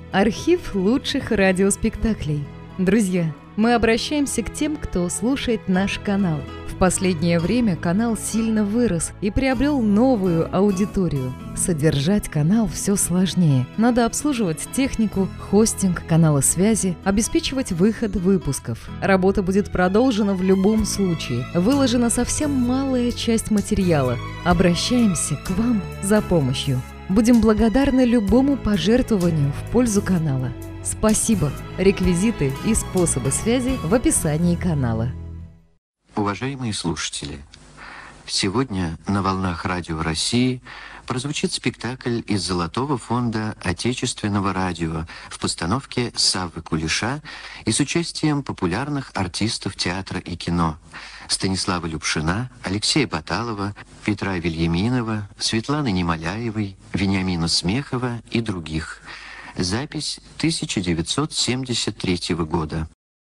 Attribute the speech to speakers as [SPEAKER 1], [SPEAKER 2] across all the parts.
[SPEAKER 1] Архив лучших радиоспектаклей. Друзья, мы обращаемся к тем, кто слушает наш канал. В последнее время канал сильно вырос и приобрел новую аудиторию. Содержать канал все сложнее. Надо обслуживать технику, хостинг, каналы связи, обеспечивать выход выпусков. Работа будет продолжена в любом случае. Выложена совсем малая часть материала. Обращаемся к вам за помощью. Будем благодарны любому пожертвованию в пользу канала. Спасибо! Реквизиты и способы связи в описании канала.
[SPEAKER 2] Уважаемые слушатели, сегодня на волнах Радио России прозвучит спектакль из Золотого фонда Отечественного радио в постановке Саввы Кулеша и с участием популярных артистов театра и кино Станислава Любшина, Алексея Баталова, Петра Вильяминова, Светланы Немоляевой, Вениамина Смехова и других. Запись 1973 года.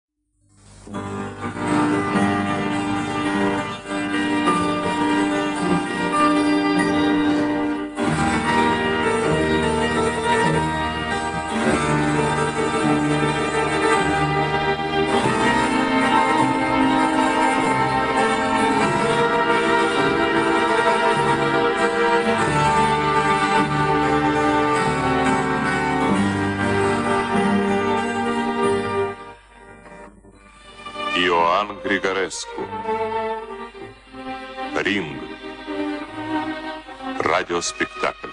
[SPEAKER 3] Иоанн Григореску. Ринг. Радиоспектакль.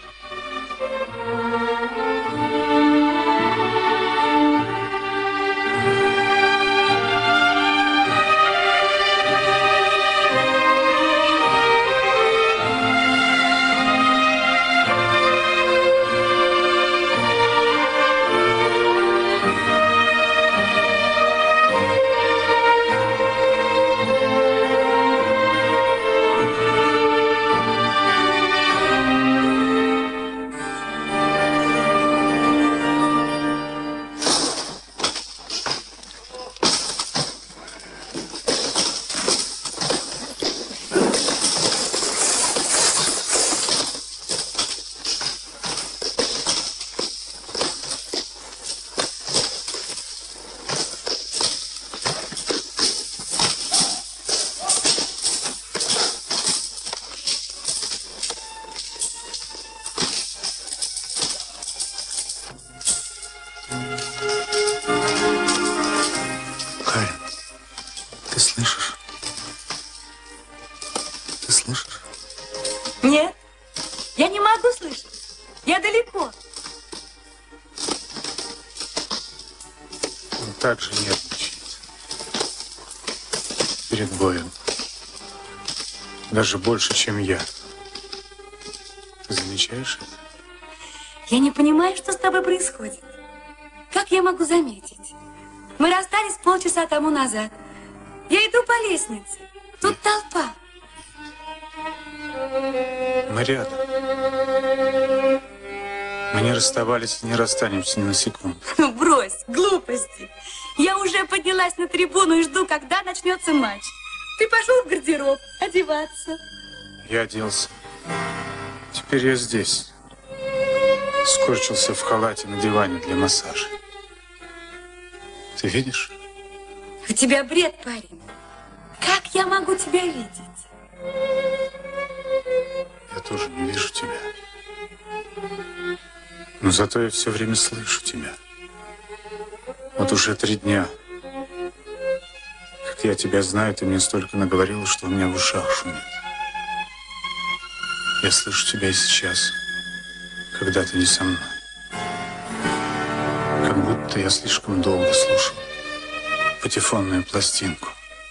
[SPEAKER 4] Нет, я не могу слышать. Я далеко.
[SPEAKER 5] Он так же нервничает перед боем. Даже больше, чем я. Ты замечаешь это?
[SPEAKER 4] Я не понимаю, что с тобой происходит. Как я могу заметить? Мы расстались полчаса тому назад. Я иду по лестнице. Тут толпа.
[SPEAKER 5] Мы рядом. Мы не расставались и не расстанемся ни на секунду.
[SPEAKER 4] Ну, брось, глупости. Я уже поднялась на трибуну и жду, когда начнется матч. Ты пошел в гардероб одеваться.
[SPEAKER 5] Я оделся. Теперь я здесь. Скорчился в халате на диване для массажа. Ты видишь?
[SPEAKER 4] У тебя бред, парень. Как я могу тебя видеть?
[SPEAKER 5] Я тоже не вижу тебя. Но зато я все время слышу тебя. Вот уже 3 дня. Как я тебя знаю, ты мне столько наговорила, что у меня в ушах шумит. Я слышу тебя и сейчас, когда ты не со мной. Как будто я слишком долго слушал патефонную пластинку.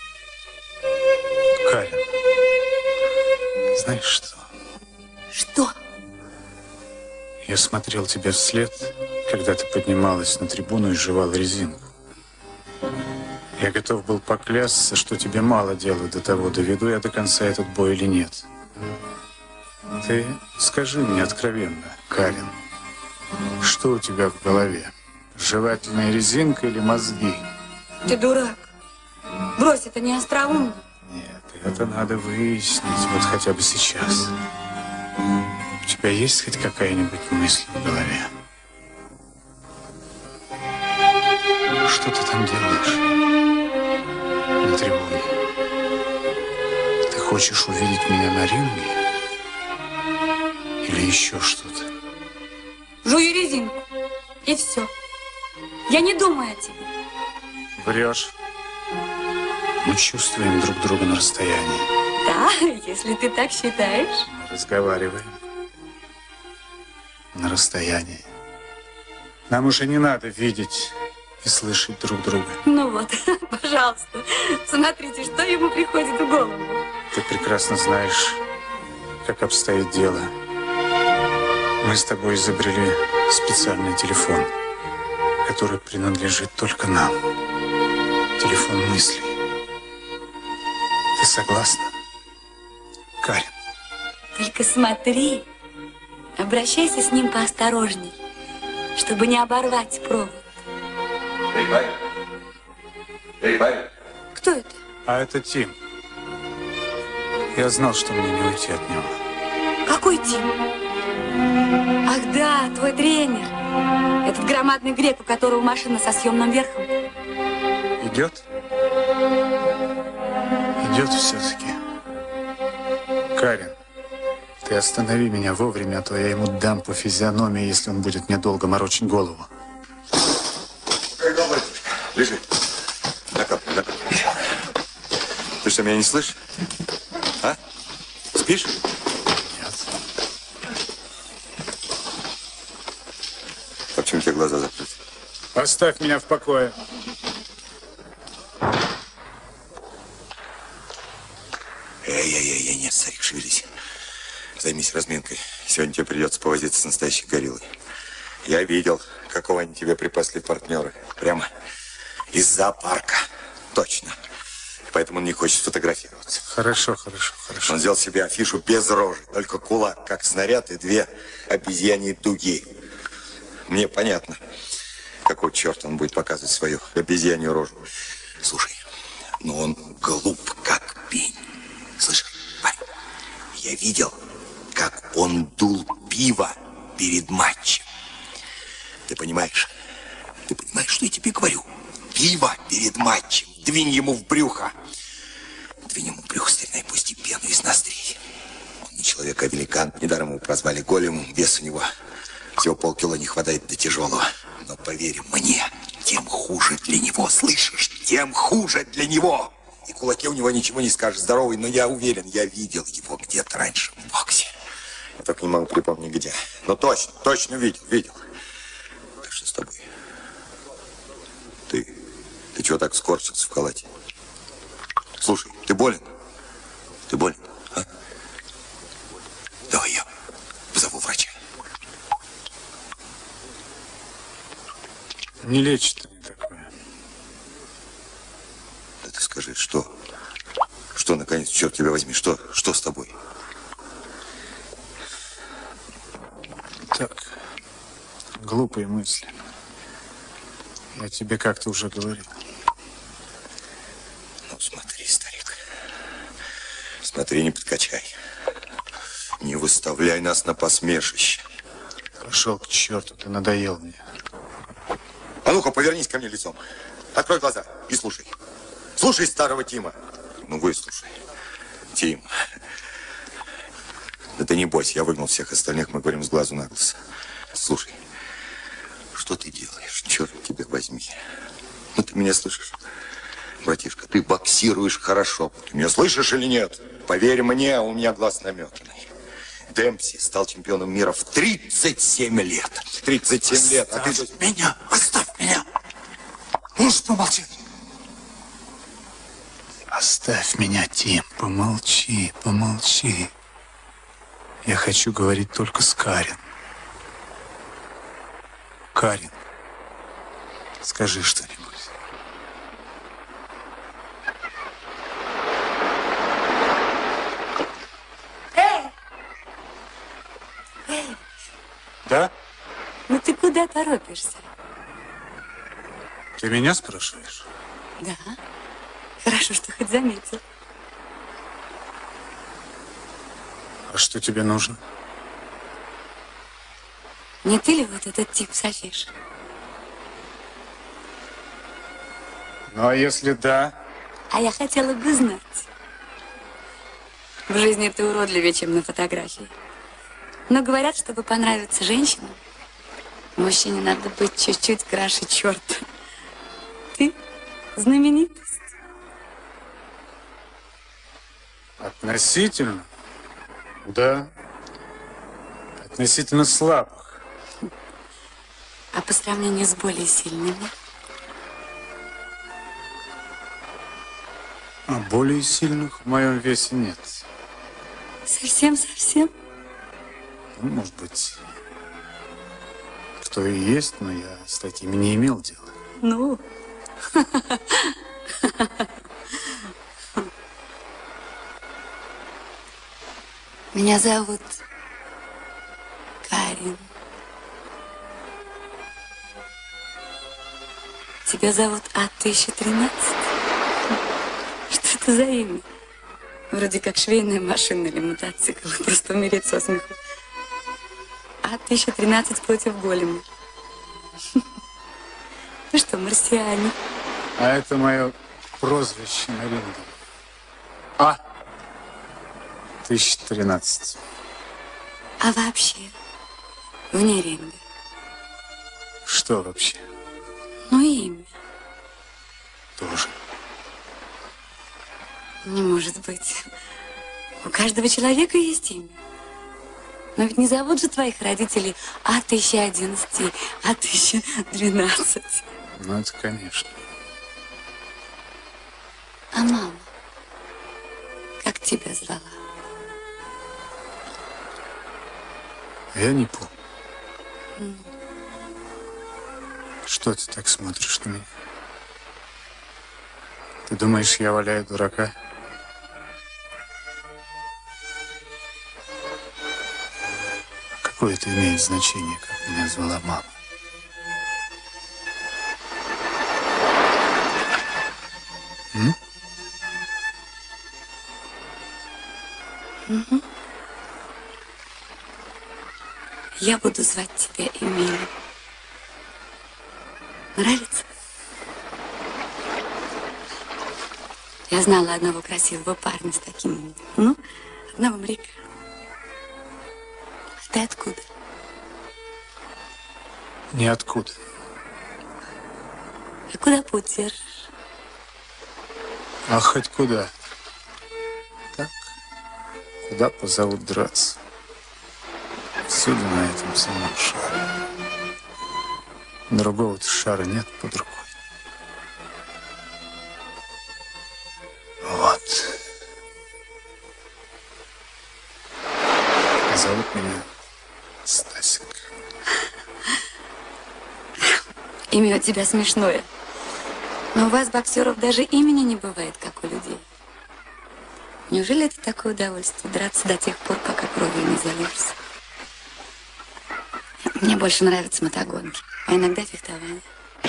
[SPEAKER 5] Карен, знаешь что?
[SPEAKER 4] Что?
[SPEAKER 5] Я смотрел тебе вслед, когда ты поднималась на трибуну и жевала резинку. Я готов был поклясться, что тебе мало дела до того, доведу я до конца этот бой или нет. Ты скажи мне откровенно, Карен, что у тебя в голове? Жевательная резинка или мозги?
[SPEAKER 4] Ты дурак. Брось, это не остроумно.
[SPEAKER 5] Нет, это надо выяснить, вот хотя бы сейчас. У тебя есть хоть какая-нибудь мысль в голове? там делаешь на трибуне? Ты хочешь увидеть меня на ринге? Или еще что-то?
[SPEAKER 4] Жую резинку. И все. Я не думаю о тебе.
[SPEAKER 5] Врешь. Мы чувствуем друг друга на расстоянии.
[SPEAKER 4] Да, если ты так считаешь.
[SPEAKER 5] Мы разговариваем на расстоянии. Нам уже не надо видеть и слышать друг друга.
[SPEAKER 4] Ну вот, пожалуйста, смотрите, что ему приходит в голову.
[SPEAKER 5] Ты прекрасно знаешь, как обстоит дело. Мы с тобой изобрели специальный телефон, который принадлежит только нам. Телефон мыслей. Ты согласна, Карен?
[SPEAKER 4] Только смотри, обращайся с ним поосторожней, чтобы не оборвать провод.
[SPEAKER 3] Эй, парень! Эй, парень!
[SPEAKER 4] Кто это?
[SPEAKER 5] А это Тим. Я знал, что мне не уйти от него.
[SPEAKER 4] Какой Тим? Ах да, твой тренер. Этот громадный грек, у которого машина со съемным верхом.
[SPEAKER 5] Идет? Идет все-таки. Карен, ты останови меня вовремя, а то я ему дам по физиономии, если он будет мне долго морочить голову.
[SPEAKER 3] Лежи. Накапливай, накапливай. Ты что, меня не слышишь? А? Спишь?
[SPEAKER 5] Нет.
[SPEAKER 3] А почему у тебя глаза закрыты?
[SPEAKER 5] Оставь меня в покое.
[SPEAKER 3] Эй, нет, старик, шевелись. Займись разминкой. Сегодня тебе придется повозиться с настоящей гориллой. Я видел, какого они тебе припасли партнеры. Прямо из зоопарка. Точно. Поэтому он не хочет фотографироваться.
[SPEAKER 5] Хорошо, хорошо, хорошо.
[SPEAKER 3] Он взял себе афишу без рожи. Только кулак, как снаряд, и 2 обезьяньи дуги. Мне понятно, какого черта он будет показывать свою обезьянью рожу. Слушай, но он глуп, как пень. Слышишь, парень, я видел, как он дул пиво перед матчем. Ты понимаешь? Ты понимаешь, что я тебе говорю? Пиво перед матчем. Двинь ему в брюхо. Двинь ему в брюхо, старина, и пусти пену из ноздрей. Он не человек, а великан. Недаром его прозвали големом. Вес у него всего полкило, не хватает до тяжелого. Но поверь мне, тем хуже для него. Слышишь? Тем хуже для него. И кулаки у него ничего не скажешь. Здоровый, но я уверен, я видел его где-то раньше в боксе. Я только не могу припомнить где. Но точно видел. Так что с тобой? Ты чего так скорчился в халате? Слушай, ты болен? Ты болен, а? Давай я позову врача.
[SPEAKER 5] Не лечит они такое.
[SPEAKER 3] Да ты скажи, что? Что, наконец, черт тебя возьми, что с тобой?
[SPEAKER 5] Так, глупые мысли. Я тебе как-то уже говорил.
[SPEAKER 3] Ну, смотри, старик. Смотри, не подкачай. Не выставляй нас на посмешище.
[SPEAKER 5] Пошел к черту, ты надоел мне.
[SPEAKER 3] А ну-ка, повернись ко мне лицом. Открой глаза и слушай. Слушай старого Тима. Ну, выслушай. Тим. Да ты не бойся, я выгнал всех остальных, мы говорим с глазу на глаз. Слушай, что ты делаешь? Черт тебя возьми. Ну, ты меня слышишь? Братишка, ты боксируешь хорошо. Ты меня слышишь или нет? Поверь мне, у меня глаз наметанный. Демпси стал чемпионом мира в 37 лет. 37 лет. А ты...
[SPEAKER 5] Меня! Оставь меня! Можешь помолчать? Оставь меня, Тим. Помолчи. Я хочу говорить только с Карен. Карен, скажи что-нибудь.
[SPEAKER 4] Эй,
[SPEAKER 5] Да?
[SPEAKER 4] ну ты куда торопишься?
[SPEAKER 5] Ты меня спрашиваешь?
[SPEAKER 4] Да, хорошо, что хоть заметил.
[SPEAKER 5] А что тебе нужно?
[SPEAKER 4] Не ты ли вот этот тип, Софиш?
[SPEAKER 5] Ну, а если да?
[SPEAKER 4] А я хотела бы знать. В жизни ты уродливее, чем на фотографии. Но говорят, чтобы понравиться женщинам, мужчине надо быть чуть-чуть краше черта. Ты знаменитость.
[SPEAKER 5] Относительно? Да. Относительно слабых.
[SPEAKER 4] А по сравнению с более сильными?
[SPEAKER 5] А более сильных в моем весе нет.
[SPEAKER 4] Совсем-совсем?
[SPEAKER 5] Ну, может быть, кто и есть, но я с такими не имел дела.
[SPEAKER 4] Ну? Меня зовут Карин. Тебя зовут А-1013? Что это за имя? Вроде как швейная машина или мотоцикл. Просто умереть со смеху. А-1013 против голема. Вы что, марсиане?
[SPEAKER 5] А это мое прозвище на ринге. А-1013.
[SPEAKER 4] А вообще, вне ринга?
[SPEAKER 5] Что вообще?
[SPEAKER 4] Ну, имя.
[SPEAKER 5] Тоже.
[SPEAKER 4] Не может быть. У каждого человека есть имя. Но ведь не зовут же твоих родителей А-1011, А-1012.
[SPEAKER 5] Ну, это конечно.
[SPEAKER 4] А мама? Как тебя звала?
[SPEAKER 5] Я не помню. Что ты так смотришь на меня? Ты думаешь, я валяю дурака? Какое это имеет значение, как меня звала мама?
[SPEAKER 4] Угу. Я буду звать тебя Эмилией. Нравится? Я знала одного красивого парня с таким именем. Ну, одного моряка. А ты откуда?
[SPEAKER 5] Ниоткуда.
[SPEAKER 4] А куда путь держишь?
[SPEAKER 5] А хоть куда. Так, куда позовут драться. Всюду на этом самом шаре. Другого-то шара нет под рукой. Вот. Зовут меня Стасик.
[SPEAKER 4] Имя у тебя смешное. Но у вас, боксеров, даже имени не бывает, как у людей. Неужели это такое удовольствие драться до тех пор, пока кровью не зальешься? Мне больше нравятся мотогонки, а иногда фехтование.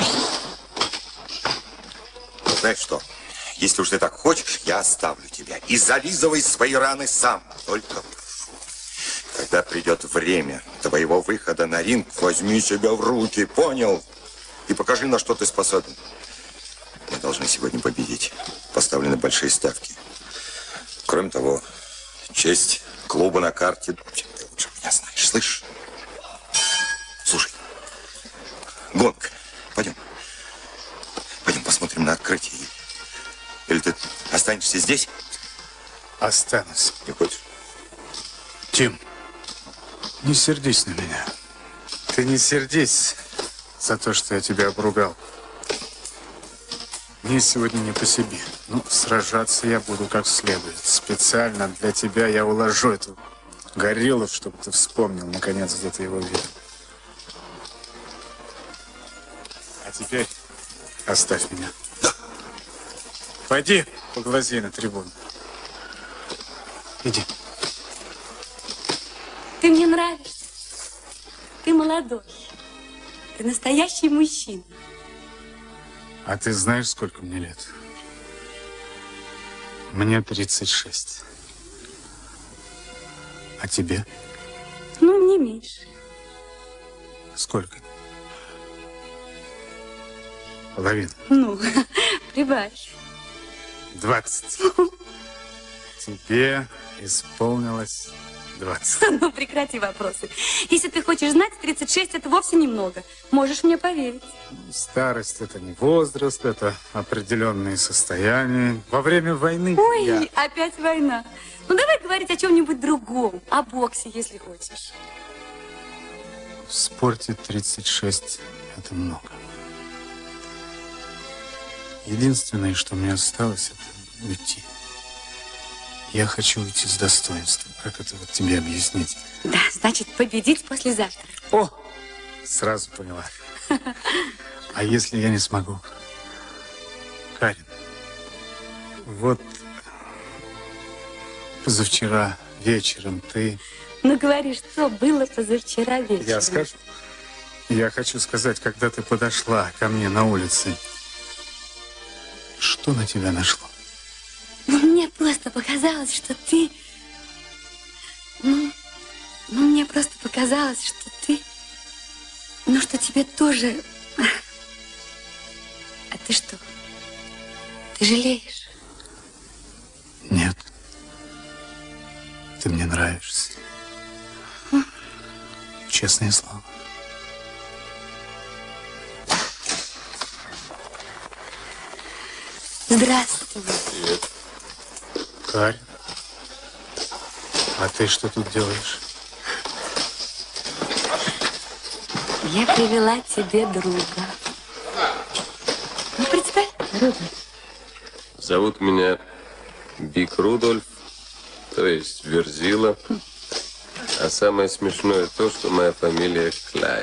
[SPEAKER 3] Знаешь что? Если уж ты так хочешь, я оставлю тебя. И зализывай свои раны сам. Только прошу, когда придет время твоего выхода на ринг, возьми себя в руки, понял? И покажи, на что ты способен. Мы должны сегодня победить. Поставлены большие ставки. Кроме того, честь клуба на карте. Ты лучше меня знаешь, слышишь? Слушай, гонка. Пойдем. Пойдем посмотрим на открытие. Или ты останешься здесь?
[SPEAKER 5] Останусь.
[SPEAKER 3] Не хочешь?
[SPEAKER 5] Тим, не сердись на меня. Ты не сердись за то, что я тебя обругал. Мне сегодня не по себе. Ну, сражаться я буду как следует. Специально для тебя я уложу эту гориллу, чтобы ты вспомнил, наконец, где ты его видел. А теперь оставь меня. Пойди, поглази на трибуну. Иди.
[SPEAKER 4] Ты мне нравишься. Ты молодой. Ты настоящий мужчина.
[SPEAKER 5] А ты знаешь, сколько мне лет? Мне 36. А тебе?
[SPEAKER 4] Ну, не меньше.
[SPEAKER 5] Сколько? Половина.
[SPEAKER 4] Ну, прибавь.
[SPEAKER 5] 20. Тебе исполнилось 20.
[SPEAKER 4] Ну, прекрати вопросы. Если ты хочешь знать, 36 это вовсе немного. Можешь мне поверить.
[SPEAKER 5] Старость – это не возраст, это определенные состояния. Во время войны
[SPEAKER 4] Ой, опять война. Ну, давай говорить о чем-нибудь другом. О боксе, если хочешь.
[SPEAKER 5] В спорте 36 – это много. Единственное, что мне осталось, это уйти. Я хочу уйти с достоинством. Как это вот тебе объяснить?
[SPEAKER 4] Да, значит, победить послезавтра.
[SPEAKER 5] О, сразу поняла. А если я не смогу? Карин, вот позавчера вечером ты...
[SPEAKER 4] Ну, говори, что было позавчера вечером?
[SPEAKER 5] Я скажу. Я хочу сказать, когда ты подошла ко мне на улице, что на тебя нашло?
[SPEAKER 4] Мне просто показалось, что ты... Ну, мне просто показалось, что ты... Ну, что тебе тоже... А ты что? Ты жалеешь?
[SPEAKER 5] Нет. Ты мне нравишься. Честное слово.
[SPEAKER 4] Здравствуй.
[SPEAKER 5] Привет. Карин, а ты что тут делаешь?
[SPEAKER 4] Я привела тебе друга. Ну, представь, Рудольф.
[SPEAKER 6] Зовут меня Биг Рудольф, то есть Верзила. А самое смешное то, что моя фамилия Клайн.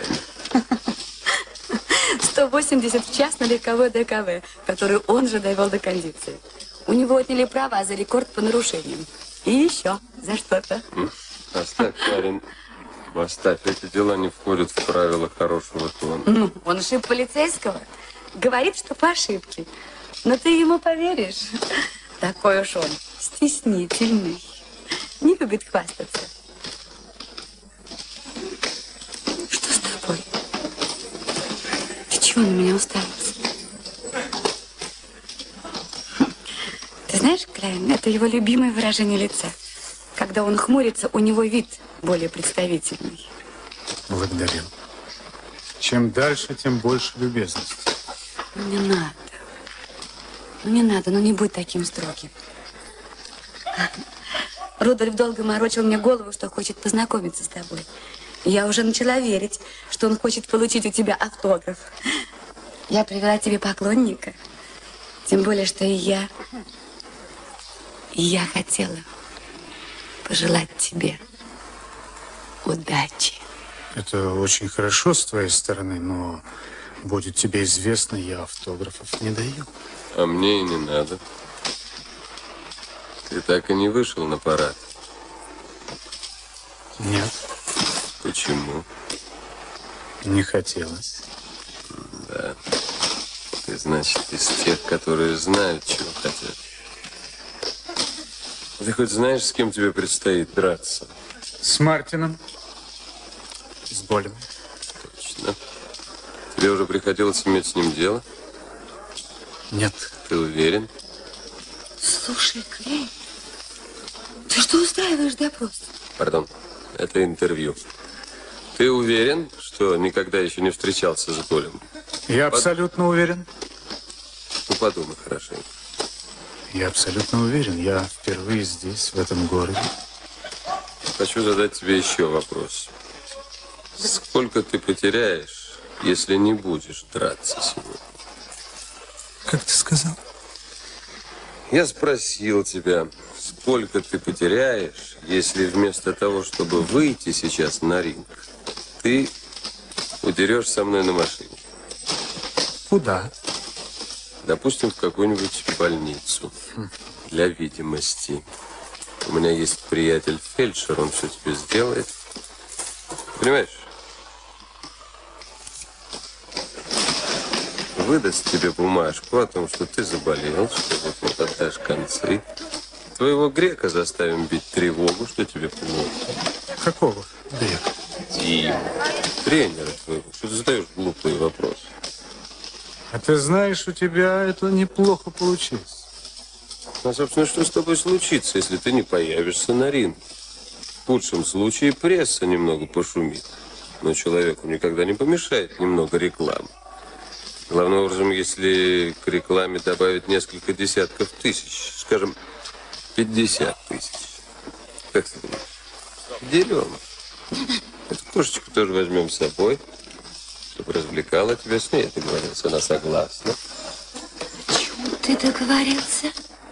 [SPEAKER 4] 180 в час на легковой ДКВ, который он же довел до кондиции. У него отняли права за рекорд по нарушениям. И еще за что-то.
[SPEAKER 6] Оставь, парень, оставь. Эти дела не входят в правила хорошего тона.
[SPEAKER 4] Ну, он ошиб полицейского. Говорит, что по ошибке. Но ты ему поверишь? Такой уж он стеснительный. Не любит хвастаться. Что с тобой? Ты чего на меня уставился? Ты знаешь, Клайн, это его любимое выражение лица. Когда он хмурится, у него вид более представительный.
[SPEAKER 5] Благодарю. Чем дальше, тем больше любезности.
[SPEAKER 4] Ну, не надо. Ну, не надо, ну не будь таким строгим. Рудольф долго морочил мне голову, что хочет познакомиться с тобой. Я уже начала верить, что он хочет получить у тебя автограф. Я привела тебе поклонника. Тем более, что и я хотела пожелать тебе удачи.
[SPEAKER 5] Это очень хорошо с твоей стороны, но будет тебе известно, я автографов не даю.
[SPEAKER 6] А мне и не надо. Ты так и не вышел на парад?
[SPEAKER 5] Нет.
[SPEAKER 6] Почему?
[SPEAKER 5] Не хотелось.
[SPEAKER 6] Да. Ты, значит, из тех, которые знают, чего хотят. Ты хоть знаешь, с кем тебе предстоит драться?
[SPEAKER 5] С Мартином. С Болем.
[SPEAKER 6] Точно. Тебе уже приходилось иметь с ним дело?
[SPEAKER 5] Нет.
[SPEAKER 6] Ты уверен?
[SPEAKER 4] Слушай, Клей, ты что устраиваешь допрос?
[SPEAKER 6] Пардон, это интервью. Ты уверен, что никогда еще не встречался с Болем?
[SPEAKER 5] Я абсолютно уверен.
[SPEAKER 6] Ну, подумай хорошенько.
[SPEAKER 5] Я абсолютно уверен. Я впервые здесь, в этом городе.
[SPEAKER 6] Хочу задать тебе еще вопрос. Сколько ты потеряешь, если не будешь драться сегодня?
[SPEAKER 5] Как ты сказал?
[SPEAKER 6] Я спросил тебя, сколько ты потеряешь, если вместо того, чтобы выйти сейчас на ринг, ты удерешь со мной на машине?
[SPEAKER 5] Куда?
[SPEAKER 6] Допустим, в какую-нибудь больницу. Для видимости. У меня есть приятель фельдшер, он все тебе сделает. Понимаешь? Выдаст тебе бумажку о том, что ты заболел, что вот отдашь концы. Твоего грека заставим бить тревогу, что тебе плохо.
[SPEAKER 5] Какого грека?
[SPEAKER 6] Дима, тренера твоего. Что ты задаешь глупые вопросы?
[SPEAKER 5] А ты Ты знаешь, у тебя это неплохо получилось.
[SPEAKER 6] А, собственно, что с тобой случится, если ты не появишься на ринге? В худшем случае пресса немного пошумит. Но человеку никогда не помешает немного рекламы. Главным образом, если к рекламе добавить несколько десятков тысяч, скажем, 50 тысяч. Как ты думаешь? Делем. Эту кошечку тоже возьмем с собой, чтобы развлекала тебя с ней. Я договорился, она согласна.
[SPEAKER 4] Почему ты договорился?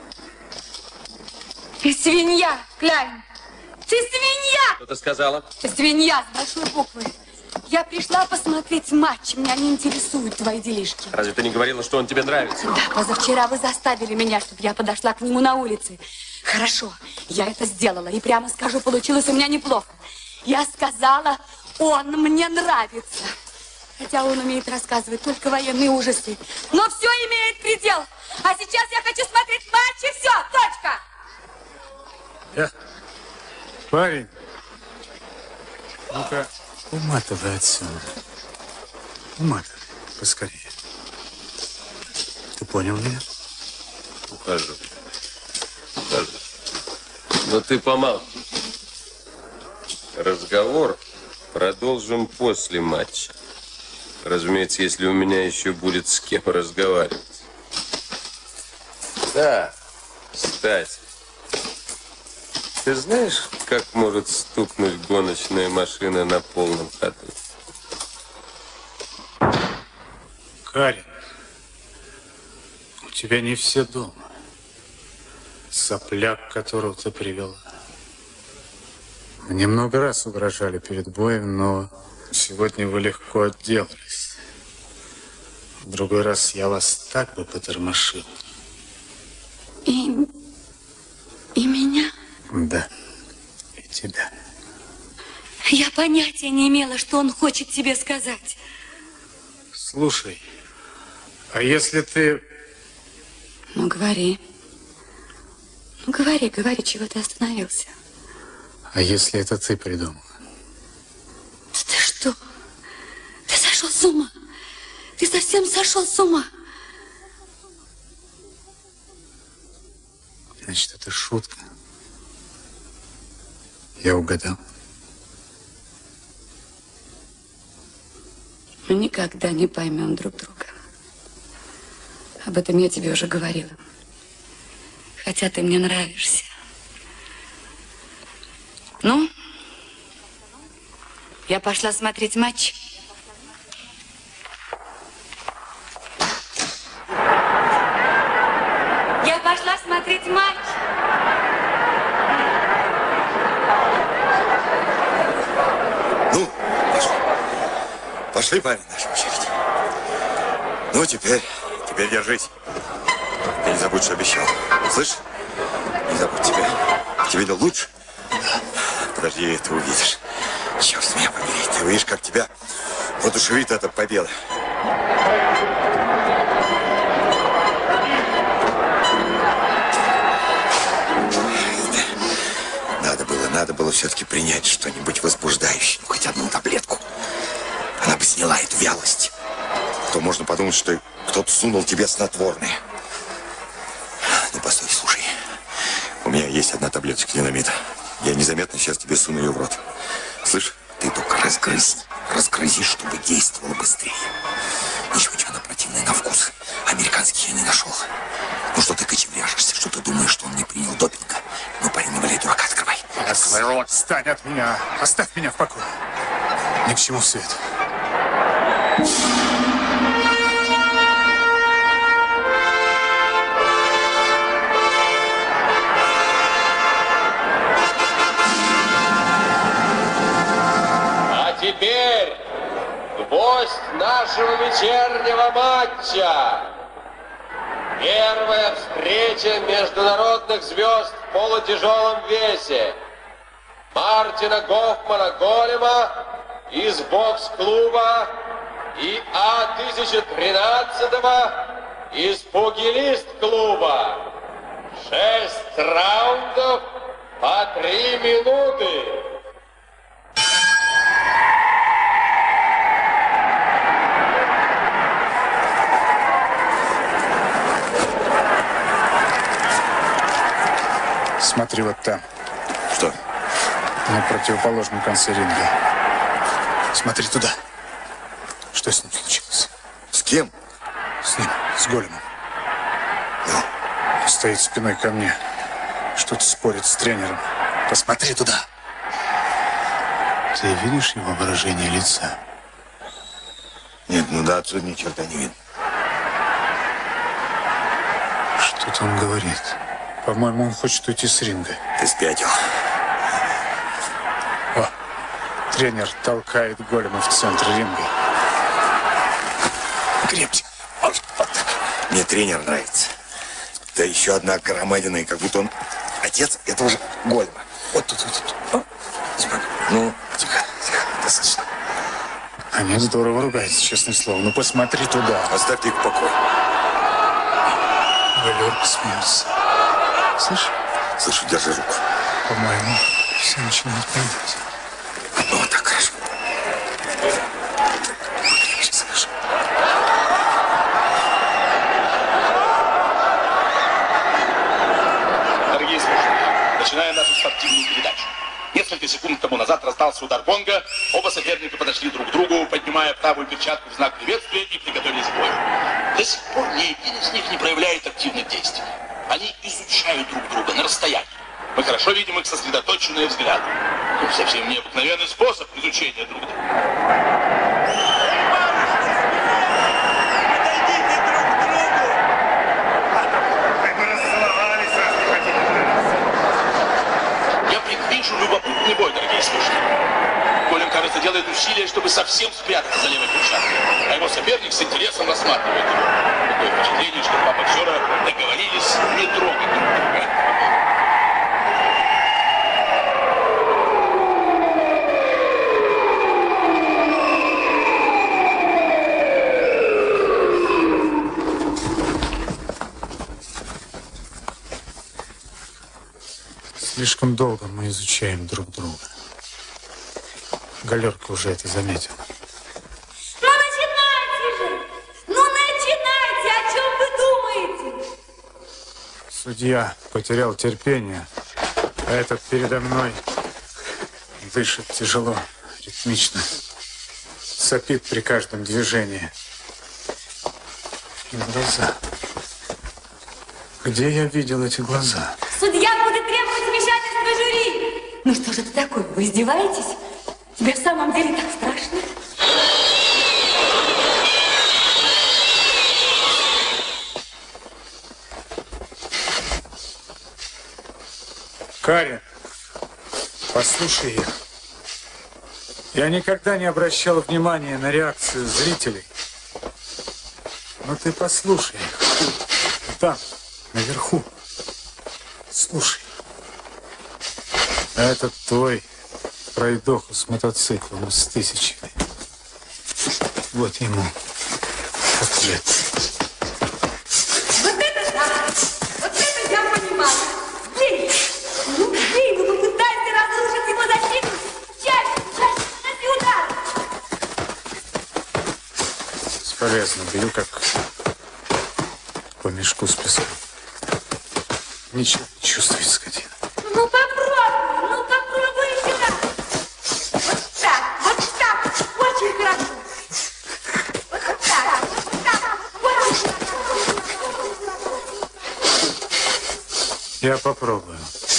[SPEAKER 4] Ты свинья, Кляйн! Ты свинья!
[SPEAKER 6] Что ты сказала?
[SPEAKER 4] Свинья с большой буквы. Я пришла посмотреть матч. Меня не интересуют твои делишки.
[SPEAKER 6] Разве ты не говорила, что он тебе нравится?
[SPEAKER 4] Да, позавчера вы заставили меня, чтобы я подошла к нему на улице. Хорошо, я это сделала. И прямо скажу, получилось у меня неплохо. Я сказала, он мне нравится. Хотя он умеет рассказывать только военные ужасы. Но все имеет предел. А сейчас я хочу смотреть матч, и все, точка.
[SPEAKER 5] Парень, ну-ка, уматывай отсюда. Уматывай, поскорее. Ты понял меня?
[SPEAKER 6] Ухожу. Но ты помалкивай. Разговор продолжим после матча. Разумеется, если у меня еще будет с кем разговаривать. Да, кстати. Ты знаешь, как может стукнуть гоночная машина на полном ходу?
[SPEAKER 5] Карин, у тебя не все дома. Сопляк, которого ты привела. Мне много раз угрожали перед боем, но сегодня вы легко отделались. В другой раз я вас так бы потормошил.
[SPEAKER 4] И меня?
[SPEAKER 5] Да, и тебя.
[SPEAKER 4] Я понятия не имела, что он хочет тебе сказать.
[SPEAKER 5] Слушай, а если ты...
[SPEAKER 4] Ну, говори. Ну, говори, чего ты остановился.
[SPEAKER 5] А если это ты придумала?
[SPEAKER 4] Ты что? Ты сошел с ума? Ты совсем сошел с ума?
[SPEAKER 5] Значит, это шутка. Я угадал.
[SPEAKER 4] Мы никогда не поймем друг друга. Об этом я тебе уже говорила. Хотя ты мне нравишься. Ну, я пошла смотреть матч. Я пошла смотреть матч.
[SPEAKER 3] Ну, пошли. Пошли, парень, наша очередь. Ну, теперь держись. Ты не забудь, что обещал. Слышь? Не забудь тебя. Тебе видел лучше? Подожди, ты увидишь. Черт меня побери. Ты увидишь, как тебя воодушевит эта победа. Надо было все-таки принять что-нибудь возбуждающее. Ну, хоть одну таблетку. Она бы сняла эту вялость. То можно подумать, что кто-то сунул тебе снотворное. Ну, постой, слушай. У меня есть одна таблеточка динамита. Я незаметно сейчас тебе суну ее в рот. Слышь, ты только разгрызи, чтобы действовало быстрее. Ничего, она противная на вкус. Американский я не нашел. Ну, что ты кочевряжешься, что ты думаешь, что он не принял допинга? Ну, парень, не валяй дурака, открывай.
[SPEAKER 5] Открывай рот. Отстань от меня. Оставь меня в покое. Ни к чему свет.
[SPEAKER 6] А теперь гвоздь нашего вечернего матча. Первая встреча международных звезд в полутяжелом весе. Мартина Гофмана Голема из бокс-клуба и А-1013 из пугилист-клуба. 6 раундов по 3 минуты.
[SPEAKER 5] Смотри вот там.
[SPEAKER 3] Что?
[SPEAKER 5] На противоположном конце ринга. Смотри туда. Что с ним случилось?
[SPEAKER 3] С кем?
[SPEAKER 5] С ним, с големом.
[SPEAKER 3] Ну?
[SPEAKER 5] Стоит спиной ко мне. Что-то спорит с тренером. Посмотри туда. Ты видишь его выражение лица?
[SPEAKER 3] Нет, ну да, отсюда ни черта не видно.
[SPEAKER 5] Что-то он говорит. По-моему, он хочет уйти с ринга.
[SPEAKER 3] Ты спятил.
[SPEAKER 5] О, тренер толкает голема в центр ринга. Крепче. Вот так.
[SPEAKER 3] Мне тренер нравится. Да еще одна громадина, и как будто он отец этого же голема. Вот тут, вот тут. Тихо. Ну, тихо, тихо, достаточно.
[SPEAKER 5] Они здорово ругаются, честное слово. Ну, посмотри туда.
[SPEAKER 3] Оставьте их в покое.
[SPEAKER 5] Галерка смеется. Слышь?
[SPEAKER 3] Слышу, держи руку.
[SPEAKER 5] По-моему, все начинает понимать.
[SPEAKER 3] Ну, вот так хорошо. Покрепче, слышу.
[SPEAKER 7] Дорогие слушатели, начинаем нашу спортивную передачу. Несколько секунд тому назад раздался удар гонга. Оба соперника подошли друг к другу, поднимая правую перчатку в знак приветствия и приготовились к бою. До сих пор ни один из них не проявляет активных действий. Они изучают друг друга на расстоянии. Мы хорошо видим их сосредоточенные взгляды. Совсем необыкновенный способ изучения друг друга. Я предвижу любопытный бой, дорогие слушатели. Голем, кажется, делает усилия, чтобы совсем спрятаться за левой перчаткой. А его соперник с интересом рассматривает его. Такое впечатление, что два боксера договорились не трогать друг друга.
[SPEAKER 5] Слишком долго мы изучаем друг друга. Галерка уже это заметила.
[SPEAKER 8] Ну, начинайте же! Ну, начинайте! О чем вы думаете?
[SPEAKER 5] Судья потерял терпение, а этот передо мной дышит тяжело, ритмично, сопит при каждом движении. И глаза. Где я видел эти глаза?
[SPEAKER 8] Судья будет требовать вмешательства жюри. Ну что же это такое? Вы издеваетесь? Тебе в самом деле так страшно?
[SPEAKER 5] Карен, послушай их. Я никогда не обращал внимания на реакцию зрителей. Но ты послушай их. Там, наверху. Слушай. А этот твой пройдоха с мотоциклом с тысячами. Вот ему котлет.
[SPEAKER 8] Вот это да! Вот это я понимаю! Бей! Ну, бей! Ну, попытайся разрушить его защиту! Чаще! Наноси удар!
[SPEAKER 5] Бесполезно. Бью как по мешку с песком. Ничего не чувствует, скотина.
[SPEAKER 8] Ну, попробуй сюда! Вот так! Очень хорошо! Вот так! Очень хорошо!
[SPEAKER 5] Я попробую.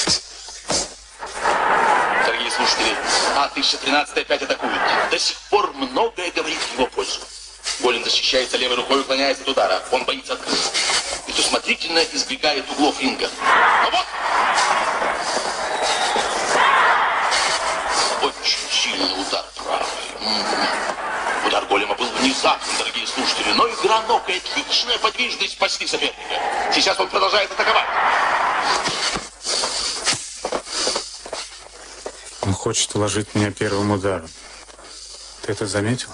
[SPEAKER 7] Дорогие слушатели, А-1013 опять атакует. До сих пор многое говорит в его пользу. Голем защищается левой рукой, уклоняясь от удара. Он боится открыться. Предусмотрительно избегает углов ринга. А вот! Очень сильный удар правой. Удар голема был внезапным, дорогие слушатели, но игра ног и отличная подвижность спасли соперника. Сейчас он продолжает атаковать.
[SPEAKER 5] Он хочет уложить меня первым ударом. Ты это заметил?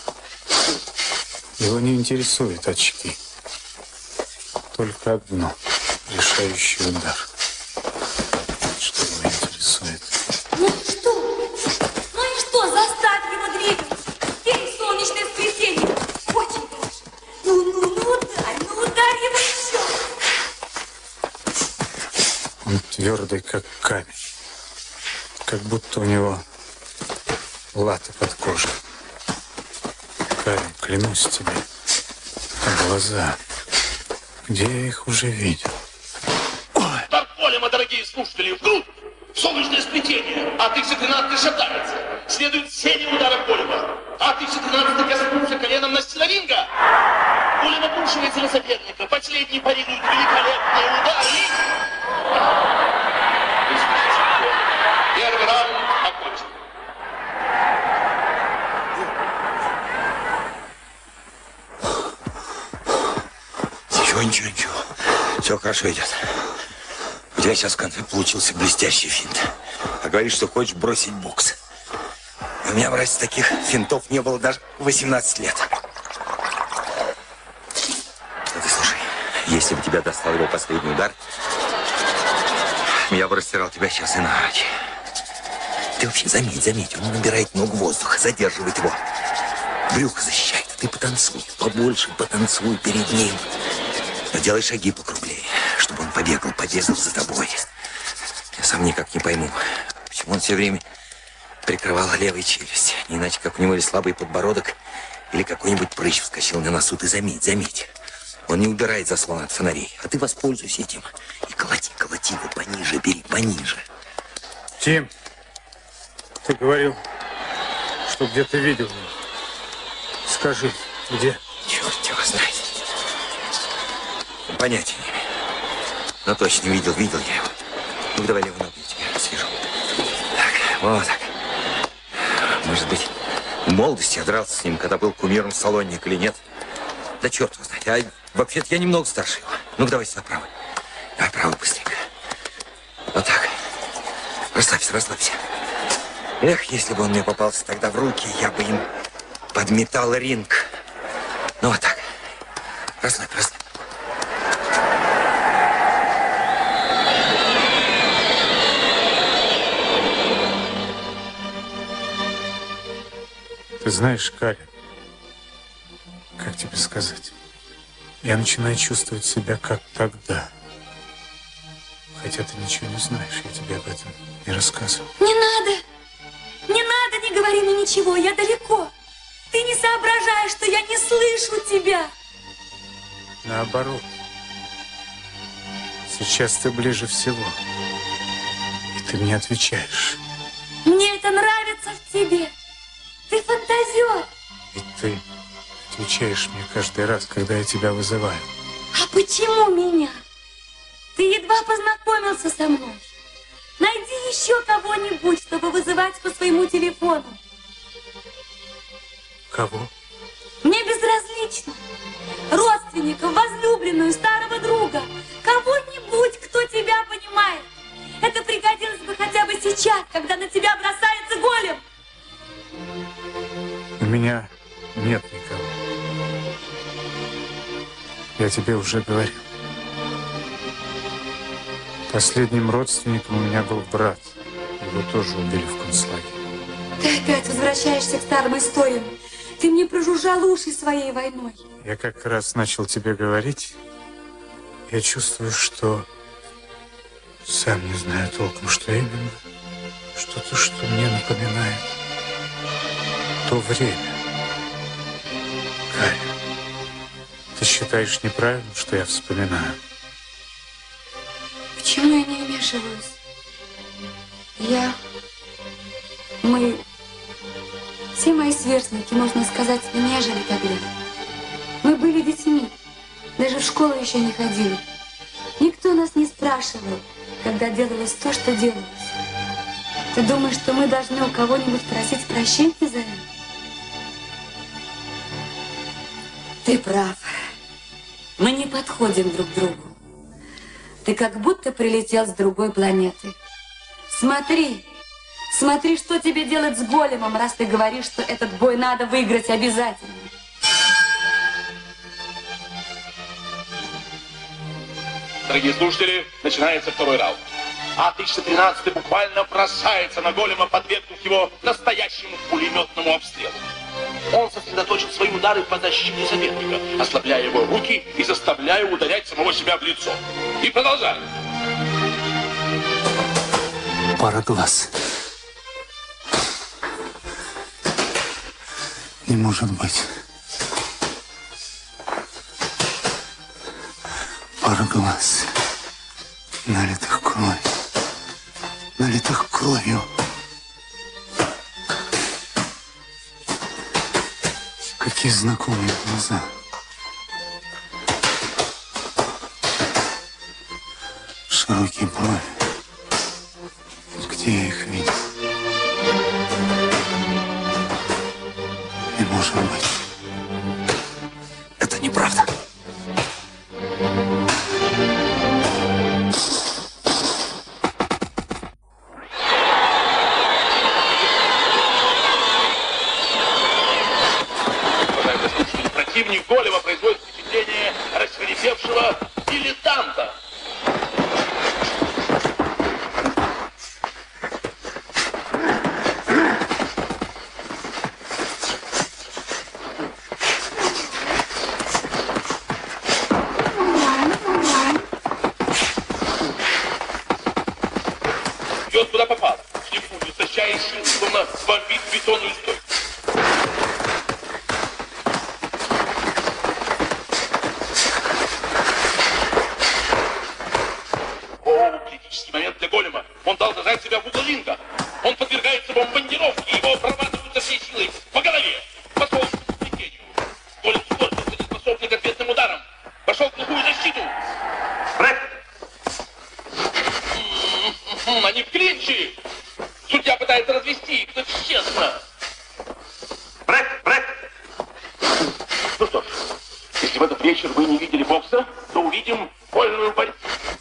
[SPEAKER 5] Его не интересуют очки. Только одно. Решающий удар. Что его интересует?
[SPEAKER 8] Ну и что? Заставь его двигаться. Бей солнечное сплетение. Очень хорошо. Ну ударь его еще.
[SPEAKER 5] Он твердый, как камень. Как будто у него латы под кожей. Карин, клянусь тебе, а глаза, где я их уже видел?
[SPEAKER 7] Удар Голема, дорогие слушатели, вглубь, в солнечное сплетение. А-1013 шатается. Следует серия ударов Голема. А-1013 коснулся коленом настила ринга. Голем обрушивается на соперника. Последний парирует великолепные удары. Первый раунд окончен.
[SPEAKER 3] Ничего. Все хорошо идет. У тебя сейчас в конце получился блестящий финт. А говоришь, что хочешь бросить бокс. У меня, братец, таких финтов не было даже 18 лет. Ну ты слушай, если бы тебя достал его последний удар, я бы растирал тебя сейчас иначе. Ты вообще заметь, он набирает много воздуха, задерживает его. Брюхо защищает. Ты потанцуй, побольше потанцуй перед ним. Но делай шаги покруглее, чтобы он побегал за тобой. Я сам никак не пойму, почему он все время прикрывал левую челюсть. Не иначе, как у него или слабый подбородок, или какой-нибудь прыщ вскочил на носу. Ты заметь. Он не убирает заслон от фонарей. А ты воспользуйся этим. И колоти его пониже, бери пониже.
[SPEAKER 5] Тим, ты говорил, что где-то видел его. Скажи, где?
[SPEAKER 3] Черт его знает. Понятия не имею. Но точно видел я его. Ну, давай левую ногу, я тебя свяжу. Так, вот так. Может быть, в молодости я дрался с ним, когда был кумиром Салонник или нет. Да черт его знает. А вообще-то я немного старше его. Ну-ка, давай сюда право. Давай право быстренько. Вот так. Расслабься. Эх, если бы он мне попался тогда в руки, я бы им подметал ринг. Ну, вот так. Расслабь.
[SPEAKER 5] Ты знаешь, Карин, как тебе сказать, я начинаю чувствовать себя как тогда. Хотя ты ничего не знаешь, я тебе об этом не рассказывал.
[SPEAKER 8] Не надо, не говори мне ничего, я далеко. Ты не соображаешь, что я не слышу тебя.
[SPEAKER 5] Наоборот, сейчас ты ближе всего, и ты мне отвечаешь.
[SPEAKER 8] Мне это нравится в тебе. Ты фантазер.
[SPEAKER 5] И ты отвечаешь мне каждый раз, когда я тебя вызываю.
[SPEAKER 8] А почему меня? Ты едва познакомился со мной. Найди еще кого-нибудь, чтобы вызывать по своему телефону.
[SPEAKER 5] Кого?
[SPEAKER 8] Мне безразлично. Родственников, возлюбленную, старого друга. Кого-нибудь, кто тебя понимает. Это пригодилось бы хотя бы сейчас, когда на тебя бросается голем.
[SPEAKER 5] У меня нет никого. Я тебе уже говорил. Последним родственником у меня был брат. Его тоже убили в концлагере.
[SPEAKER 8] Ты опять возвращаешься к старым историям. Ты мне прожужжал уши своей войной.
[SPEAKER 5] Я как раз начал тебе говорить. Я чувствую, что сам не знаю толком, что именно. Что-то, что мне напоминает то время. Карин, ты считаешь неправильным, что я вспоминаю?
[SPEAKER 8] Почему я не вмешиваюсь? Мы, все мои сверстники, можно сказать, не жили тогда. Мы были детьми, даже в школу еще не ходили. Никто нас не спрашивал, когда делалось то, что делалось. Ты думаешь, что мы должны у кого-нибудь просить прощения за это? Ты прав. Мы не подходим друг к другу. Ты как будто прилетел с другой планеты. Смотри, что тебе делать с големом, раз ты говоришь, что этот бой надо выиграть обязательно.
[SPEAKER 7] Дорогие слушатели, начинается второй раунд. А-1013 буквально бросается на голема, подвергнув его настоящему пулеметному обстрелу. Он сосредоточил свои удары по защите соперника, ослабляя его руки и заставляя ударять самого себя в лицо. И продолжаем.
[SPEAKER 5] Пара глаз. Не может быть. Пара глаз, налитых кровью. Налитых кровью. Какие знакомые глаза. Широкие брови. Где я их видел? Не может быть.
[SPEAKER 3] Это неправда.
[SPEAKER 7] Противник Голема производит впечатление рассвирепевшего дилетанта. Бьет куда попало, вслепую, истощая силы, словно бомбит бетонную стойку. Момент для Голема. Он дал зажать себя в угол ринга. Он подвергается бомбардировке. Его проматывают со всей силой по голове. Пошел к плетению. Голем скорчился, неспособный к ответным ударам. Пошел в глухую защиту. Брэк! Они в клинче. Судья пытается развести их, но честно. Брэк! Ну что ж, если в этот вечер вы не видели бокса, то увидим вольную борьбу.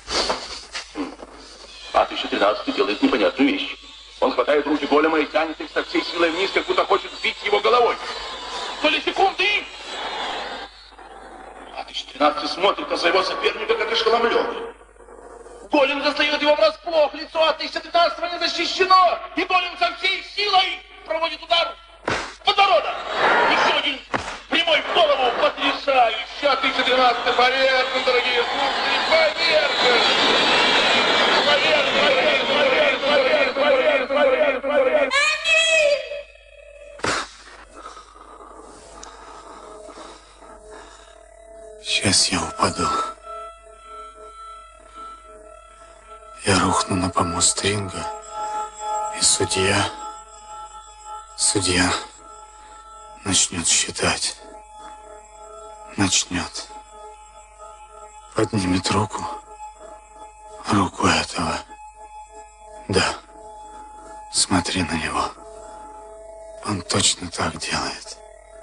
[SPEAKER 7] А 1013 делает непонятную вещь. Он хватает руки Голема и тянет их со всей силой вниз, как будто хочет сбить его головой. Доли секунды! А 1013 смотрит на своего соперника, как ошеломленный. Голем застает его врасплох, лицо от 1013 не защищено, и Голем со всей силой проводит удар в подбородок. Еще один прямой в голову, потрясающе. 1013 повержен, дорогие слушатели, повержен.
[SPEAKER 5] Сейчас я упаду. Я рухну на помост ринга, и судья начнет считать. Начнет. Поднимет руку этого. Да, смотри на него. Он точно так делает.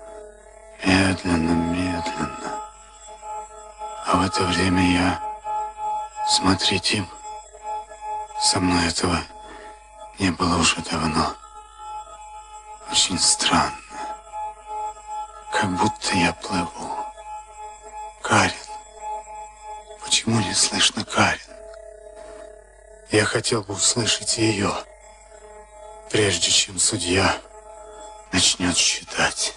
[SPEAKER 5] Медленно. А в это время я... Смотри, Тим, со мной этого не было уже давно. Очень странно. Как будто я плыву. Карен. Почему не слышно Карен? Я хотел бы услышать ее, прежде чем судья начнет считать.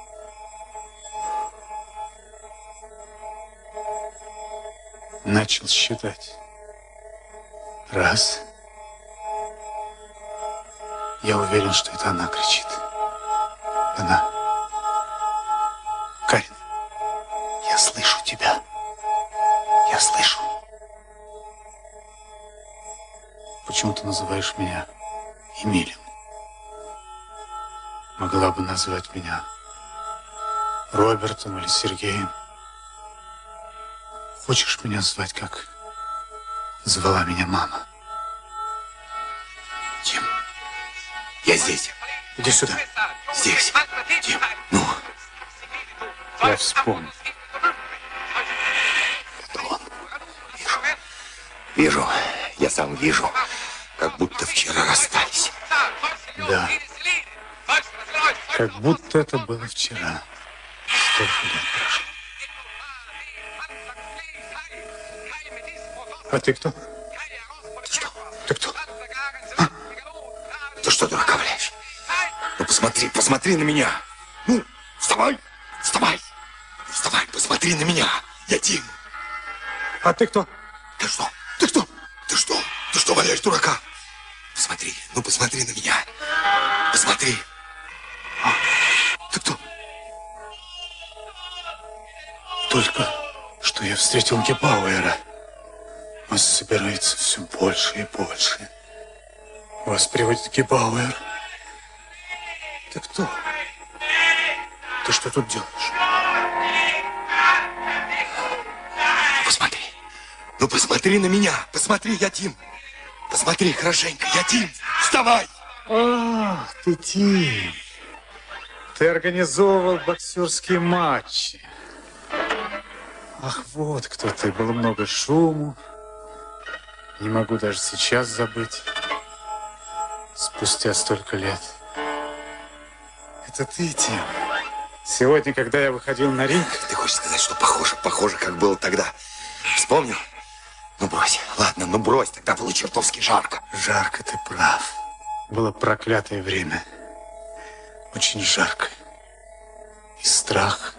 [SPEAKER 5] Начал считать. 1. Я уверен, что это она кричит. Она. Карен, я слышу тебя. Я слышу. Почему ты называешь меня Эмилем? Могла бы назвать меня Робертом или Сергеем. Хочешь меня звать, как звала меня мама?
[SPEAKER 3] Тим, я здесь.
[SPEAKER 5] Иди сюда.
[SPEAKER 3] Здесь. Тим, ну.
[SPEAKER 5] Я вспомнил.
[SPEAKER 3] Это он. Вижу. Я сам вижу. Как будто вчера расстались.
[SPEAKER 5] Да. Как будто это было вчера. Столько лет прошло. А ты кто?
[SPEAKER 3] Ты что?
[SPEAKER 5] Ты кто?
[SPEAKER 3] А? Ты что, дурака валяешь? Ну, посмотри на меня. Ну, вставай. Вставай, посмотри на меня. Я Тим.
[SPEAKER 5] А ты кто?
[SPEAKER 3] Ты что? Ты что валяешь, дурака? посмотри, ну посмотри на меня. Посмотри. Ты кто?
[SPEAKER 5] Только что я встретил Гебауэра. Вас собирается все больше и больше. Вас приводит Гебауэр. Ты кто? Ты что тут делаешь?
[SPEAKER 3] Посмотри. Ну посмотри на меня. Посмотри, я Тим. Посмотри хорошенько, я Тим. Вставай.
[SPEAKER 5] А, ты Тим. Ты организовывал боксерские матчи. Ах, вот кто ты. Было много шуму. Не могу даже сейчас забыть. Спустя столько лет. Это ты, Тим. Сегодня, когда я выходил на ринг...
[SPEAKER 3] Ты хочешь сказать, что похоже, как было тогда? Вспомнил? Ну брось, ладно, ну брось, тогда было чертовски жарко.
[SPEAKER 5] Жарко, ты прав. Было проклятое время. Очень жарко. И страх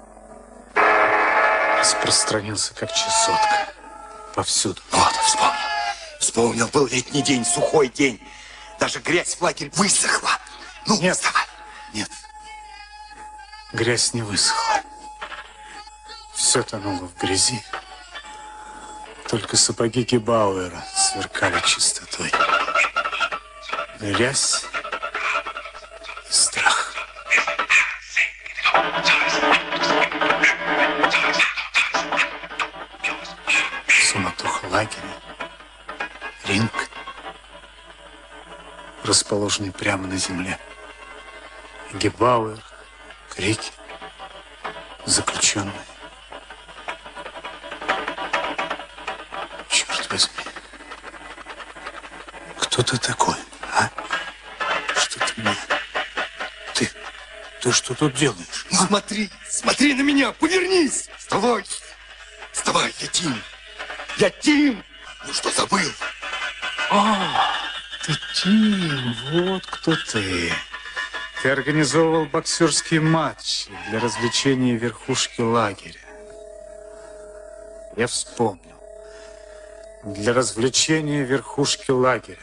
[SPEAKER 5] распространился, как чесотка. Повсюду.
[SPEAKER 3] Вот, вспомнил, был летний день, сухой день. Даже грязь в лагере высохла. Ну,
[SPEAKER 5] нет,
[SPEAKER 3] вставай.
[SPEAKER 5] Нет, грязь не высохла. Все тонуло в грязи. Только сапоги Гебауэра сверкали чистотой. Грязь и страх. Суматоха лагеря. Ринг, расположенный прямо на земле. Гебауэр, крики, заключенные. Черт возьми. Кто ты такой, а? Что ты мне... Ты что тут делаешь?
[SPEAKER 3] Ну, смотри на меня, повернись. Вставай, я Тим. Я Тим. Ну что, забыл?
[SPEAKER 5] Ты Тим, вот кто ты. Ты организовывал боксерские матчи для развлечения верхушки лагеря. Я вспомнил. Для развлечения верхушки лагеря.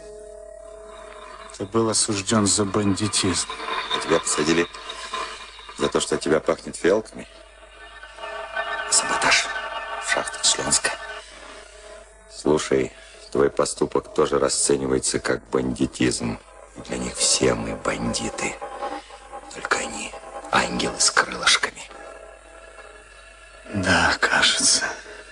[SPEAKER 5] Ты был осужден за бандитизм.
[SPEAKER 3] А тебя посадили за то, что от тебя пахнет фиалками? Саботаж в шахтах Шлёнска. Слушай, твой поступок тоже расценивается как бандитизм. Для них все мы бандиты. Только они ангелы с крылышками.
[SPEAKER 5] Да, кажется.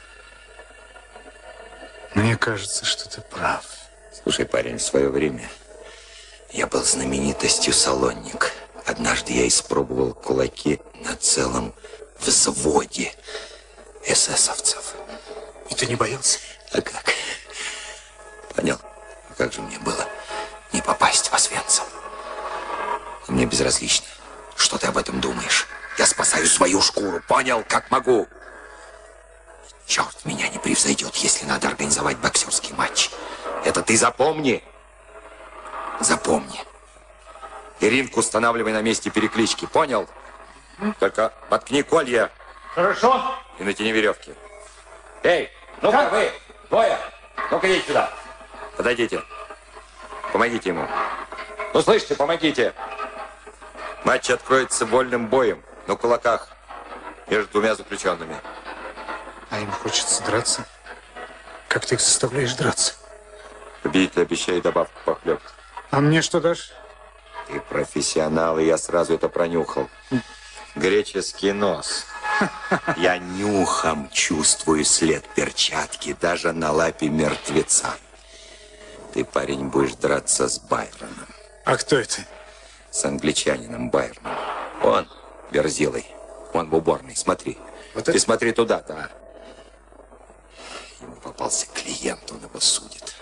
[SPEAKER 5] Мне кажется, что ты прав.
[SPEAKER 3] Слушай, парень, в свое время я был знаменитостью салонник. Однажды я испробовал кулаки на целом взводе эсэсовцев.
[SPEAKER 5] И ты не боялся?
[SPEAKER 3] А как? Понял? А как же мне было не попасть в Освенцим? Мне безразлично, что ты об этом думаешь. Я спасаю свою шкуру, понял? Как могу. Черт меня не превзойдет, если надо организовать боксерский матч. Это ты запомни. Запомни. И ринг устанавливай на месте переклички, понял? Только воткни колья.
[SPEAKER 5] Хорошо.
[SPEAKER 3] И натяни веревки. Эй, ну-ка вы, двое, ну-ка идите сюда. Подойдите. Помогите ему. Ну, слышите, помогите. Матч откроется вольным боем на кулаках между двумя заключенными.
[SPEAKER 5] А им хочется драться? Как ты их заставляешь драться?
[SPEAKER 3] Победитель обещает добавку по хлеб.
[SPEAKER 5] А мне что дашь?
[SPEAKER 3] Ты профессионал, и я сразу это пронюхал. Греческий нос. Я нюхом чувствую след перчатки даже на лапе мертвеца. Ты, парень, будешь драться с Байроном.
[SPEAKER 5] А кто это?
[SPEAKER 3] С англичанином Байроном. Он, Верзилой. Он в уборной, смотри. Вот ты смотри туда-то, а. Ему попался клиент, он его судит.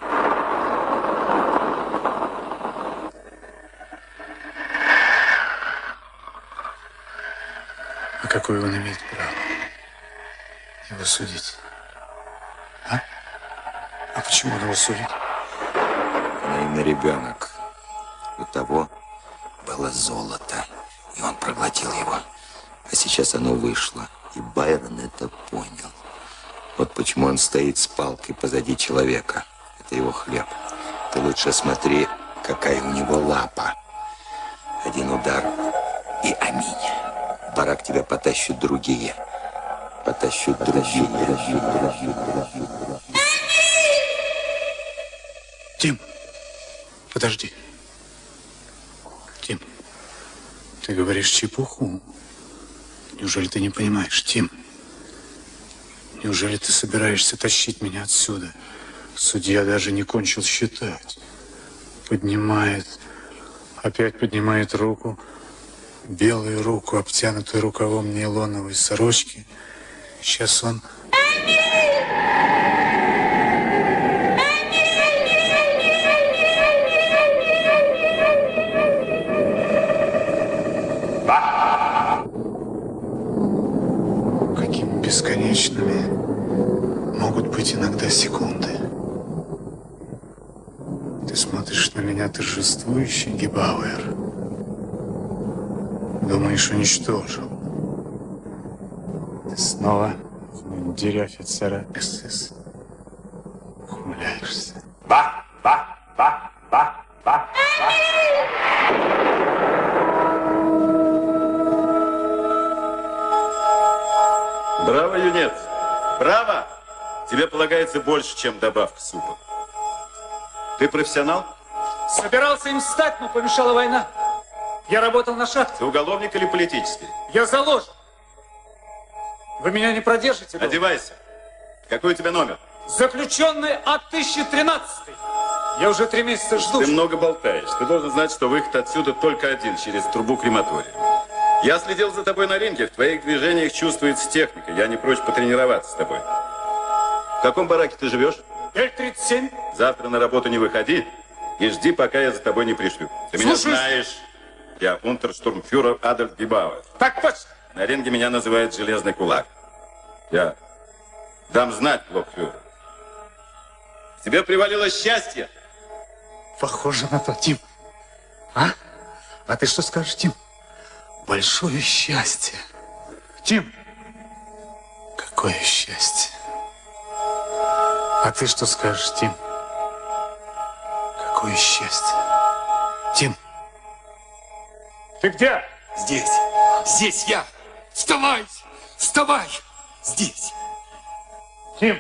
[SPEAKER 5] А какое он имеет право его судить? А? А почему он его судит?
[SPEAKER 3] Наивный ребенок. У того было золото, и он проглотил его. А сейчас оно вышло, и Байрон это понял. Вот почему он стоит с палкой позади человека. Это его хлеб. Ты лучше смотри, какая у него лапа. Один удар и аминь. Барак тебя потащат другие. Потащут другие.
[SPEAKER 5] Тим, подожди. Тим, ты говоришь чепуху. Неужели ты не понимаешь, Тим? Неужели ты собираешься тащить меня отсюда? Судья даже не кончил считать. Опять поднимает руку. Белую руку, обтянутую рукавом нейлоновой сорочки. Сейчас он... Какими бесконечными могут быть иногда секунды. Ты смотришь на меня торжествующе, Гебауэр. Думаешь, уничтожил. Ты снова в мундире офицера СС. Ухмыляешься.
[SPEAKER 9] Браво, юнец! Браво! Тебе полагается больше, чем добавка супа. Ты профессионал?
[SPEAKER 5] Собирался им стать, но помешала война. Я работал на шахте.
[SPEAKER 9] Ты уголовник или политический?
[SPEAKER 5] Я заложен. Вы меня не продержите?
[SPEAKER 9] Одевайся. Какой у тебя номер?
[SPEAKER 5] Заключенный от 1013. Я уже 3 месяца жду.
[SPEAKER 9] Ты много болтаешь. Ты должен знать, что выход отсюда только один, через трубу крематория. Я следил за тобой на ринге. В твоих движениях чувствуется техника. Я не прочь потренироваться с тобой. В каком бараке ты живешь?
[SPEAKER 5] Л-37.
[SPEAKER 9] Завтра на работу не выходи и жди, пока я за тобой не пришлю. Ты меня знаешь. Я унтерштурмфюрер Адольф Гебауэр.
[SPEAKER 5] Так точно.
[SPEAKER 9] На ринге меня называют Железный Кулак. Я дам знать, блокфюрер. Тебе привалило счастье?
[SPEAKER 5] Похоже на то, Тим. А? А ты что скажешь, Тим? Большое счастье. Тим! Какое счастье. А ты что скажешь, Тим? Какое счастье. Тим! Ты где?
[SPEAKER 3] Здесь. Здесь я. Вставай! Вставай! Здесь.
[SPEAKER 5] Тим!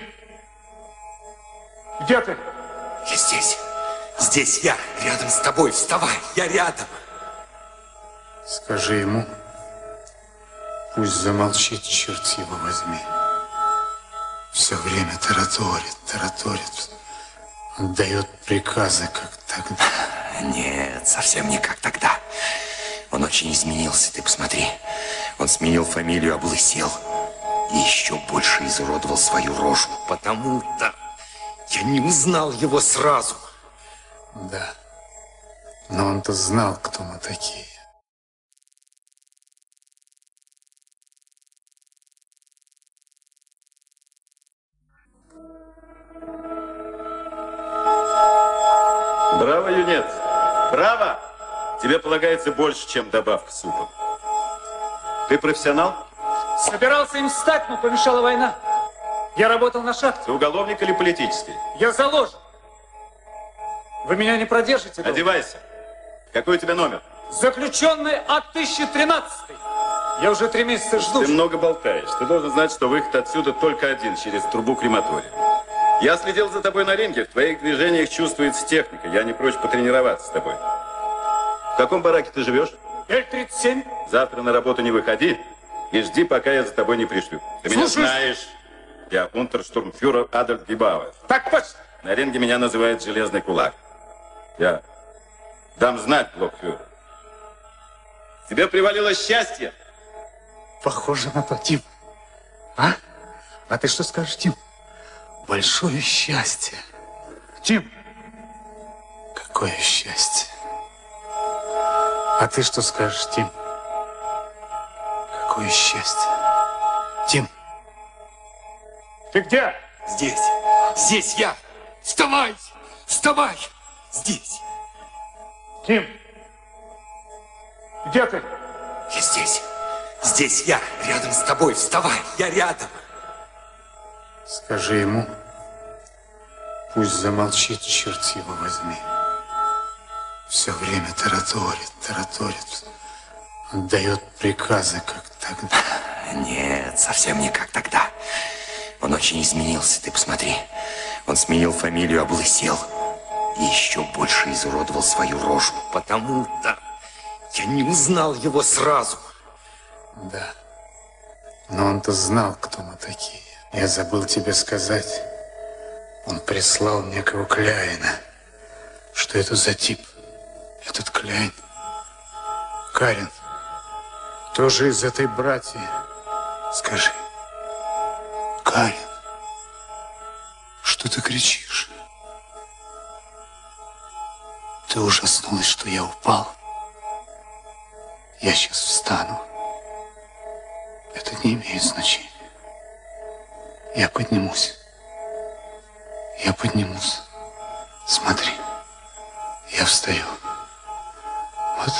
[SPEAKER 5] Где ты?
[SPEAKER 3] Я здесь. Здесь я. Рядом с тобой. Вставай. Я рядом.
[SPEAKER 5] Скажи ему, пусть замолчит, черт его возьми. Все время тараторит, отдает приказы, как тогда.
[SPEAKER 3] Нет, совсем не как тогда. Он очень изменился, ты посмотри. Он сменил фамилию, облысел. И еще больше изуродовал свою рожу. Потому-то я не узнал его сразу.
[SPEAKER 5] Да, но он-то знал, кто мы такие.
[SPEAKER 9] Браво, юнец! Браво! Тебе полагается больше, чем добавка супа. Ты профессионал?
[SPEAKER 5] Собирался им стать, но помешала война. Я работал на шахте.
[SPEAKER 9] Ты уголовник или политический?
[SPEAKER 5] Я заложен. Вы меня не продержите?
[SPEAKER 9] Одевайся. Какой у тебя номер?
[SPEAKER 5] Заключенный от 1013. Я уже 3 месяца жду.
[SPEAKER 9] Ты много болтаешь. Ты должен знать, что выход отсюда только один, через трубу крематория. Я следил за тобой на ринге. В твоих движениях чувствуется техника. Я не прочь потренироваться с тобой. В каком бараке ты живешь?
[SPEAKER 5] Л-37.
[SPEAKER 9] Завтра на работу не выходи и жди, пока я за тобой не пришлю. Ты меня знаешь. Я унтерштурмфюрер Адольф Гебауэр.
[SPEAKER 5] Так точно.
[SPEAKER 9] На ринге меня называют Железный Кулак. Я дам знать, блокфюрер. Тебе привалило счастье?
[SPEAKER 5] Похоже на то, Тим. А? А ты что скажешь, Тим? Большое счастье. Тим! Какое счастье. А ты что скажешь, Тим? Какое счастье. Тим! Ты где?
[SPEAKER 3] Здесь. Здесь я. Вставай! Вставай! Здесь.
[SPEAKER 5] Тим! Где ты?
[SPEAKER 3] Я здесь. Здесь я. Рядом с тобой. Вставай. Я рядом.
[SPEAKER 5] Скажи ему, Пусть замолчит, черт его возьми. Все время тараторит. Отдает приказы, как тогда.
[SPEAKER 3] Нет, совсем не как тогда. Он очень изменился, ты посмотри. Он сменил фамилию, облысел. И еще больше изуродовал свою рожу. Потому-то я не узнал его сразу.
[SPEAKER 5] Да. Но он-то знал, кто мы такие. Я забыл тебе сказать. Он прислал некого Кляйна. Что это за тип? Этот Кляйн? Карин. Тоже из этой братьи. Скажи, Карин, что ты кричишь? Ты ужаснулась, что я упал? Я сейчас встану. Это не имеет значения. Я поднимусь. Смотри, я встаю. Вот.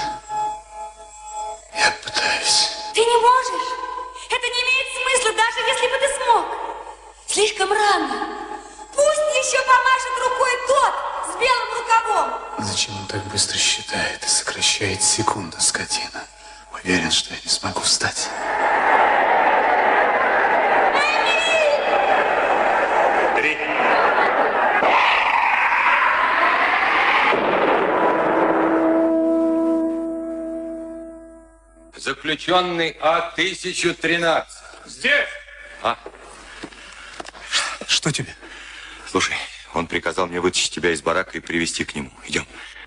[SPEAKER 5] Я пытаюсь.
[SPEAKER 8] Ты не можешь. Это не имеет смысла, даже если бы ты смог. Слишком рано. Пусть еще помашет рукой тот с белым рукавом.
[SPEAKER 5] Зачем он так быстро считает и сокращает секунду, скотина? Уверен, что я не смогу встать.
[SPEAKER 6] Заключенный А-1013.
[SPEAKER 9] Здесь!
[SPEAKER 5] Что тебе?
[SPEAKER 3] Слушай, он приказал мне вытащить тебя из барака и привести к нему. Идем.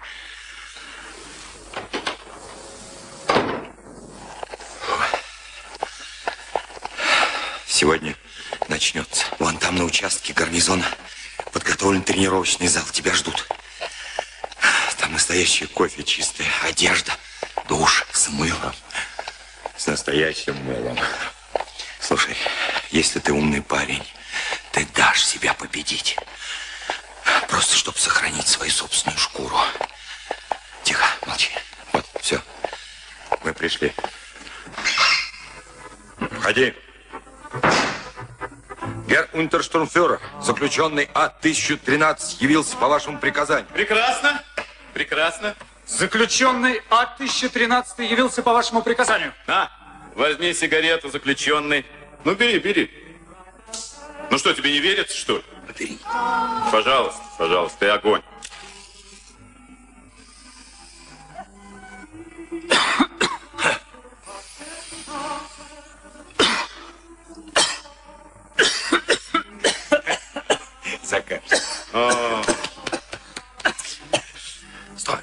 [SPEAKER 3] Сегодня начнется. Вон там на участке гарнизона подготовлен тренировочный зал. Тебя ждут. Там настоящий кофе, чистая одежда, душ с мылом. С настоящим мылом. Слушай, если ты умный парень, ты дашь себя победить. Просто, чтобы сохранить свою собственную шкуру. Тихо, молчи. Вот, все. Мы пришли. Входи. Герр Унтерштурмфюрер, заключенный А-1013 явился по вашему приказанию.
[SPEAKER 9] Прекрасно. Прекрасно.
[SPEAKER 5] Заключенный А-1013 явился по вашему приказанию.
[SPEAKER 9] На, возьми сигарету, заключенный. Ну, бери. Ну что, тебе не верится, что ли?
[SPEAKER 3] Бери.
[SPEAKER 9] Пожалуйста, и огонь.
[SPEAKER 3] Закажешь. Стой.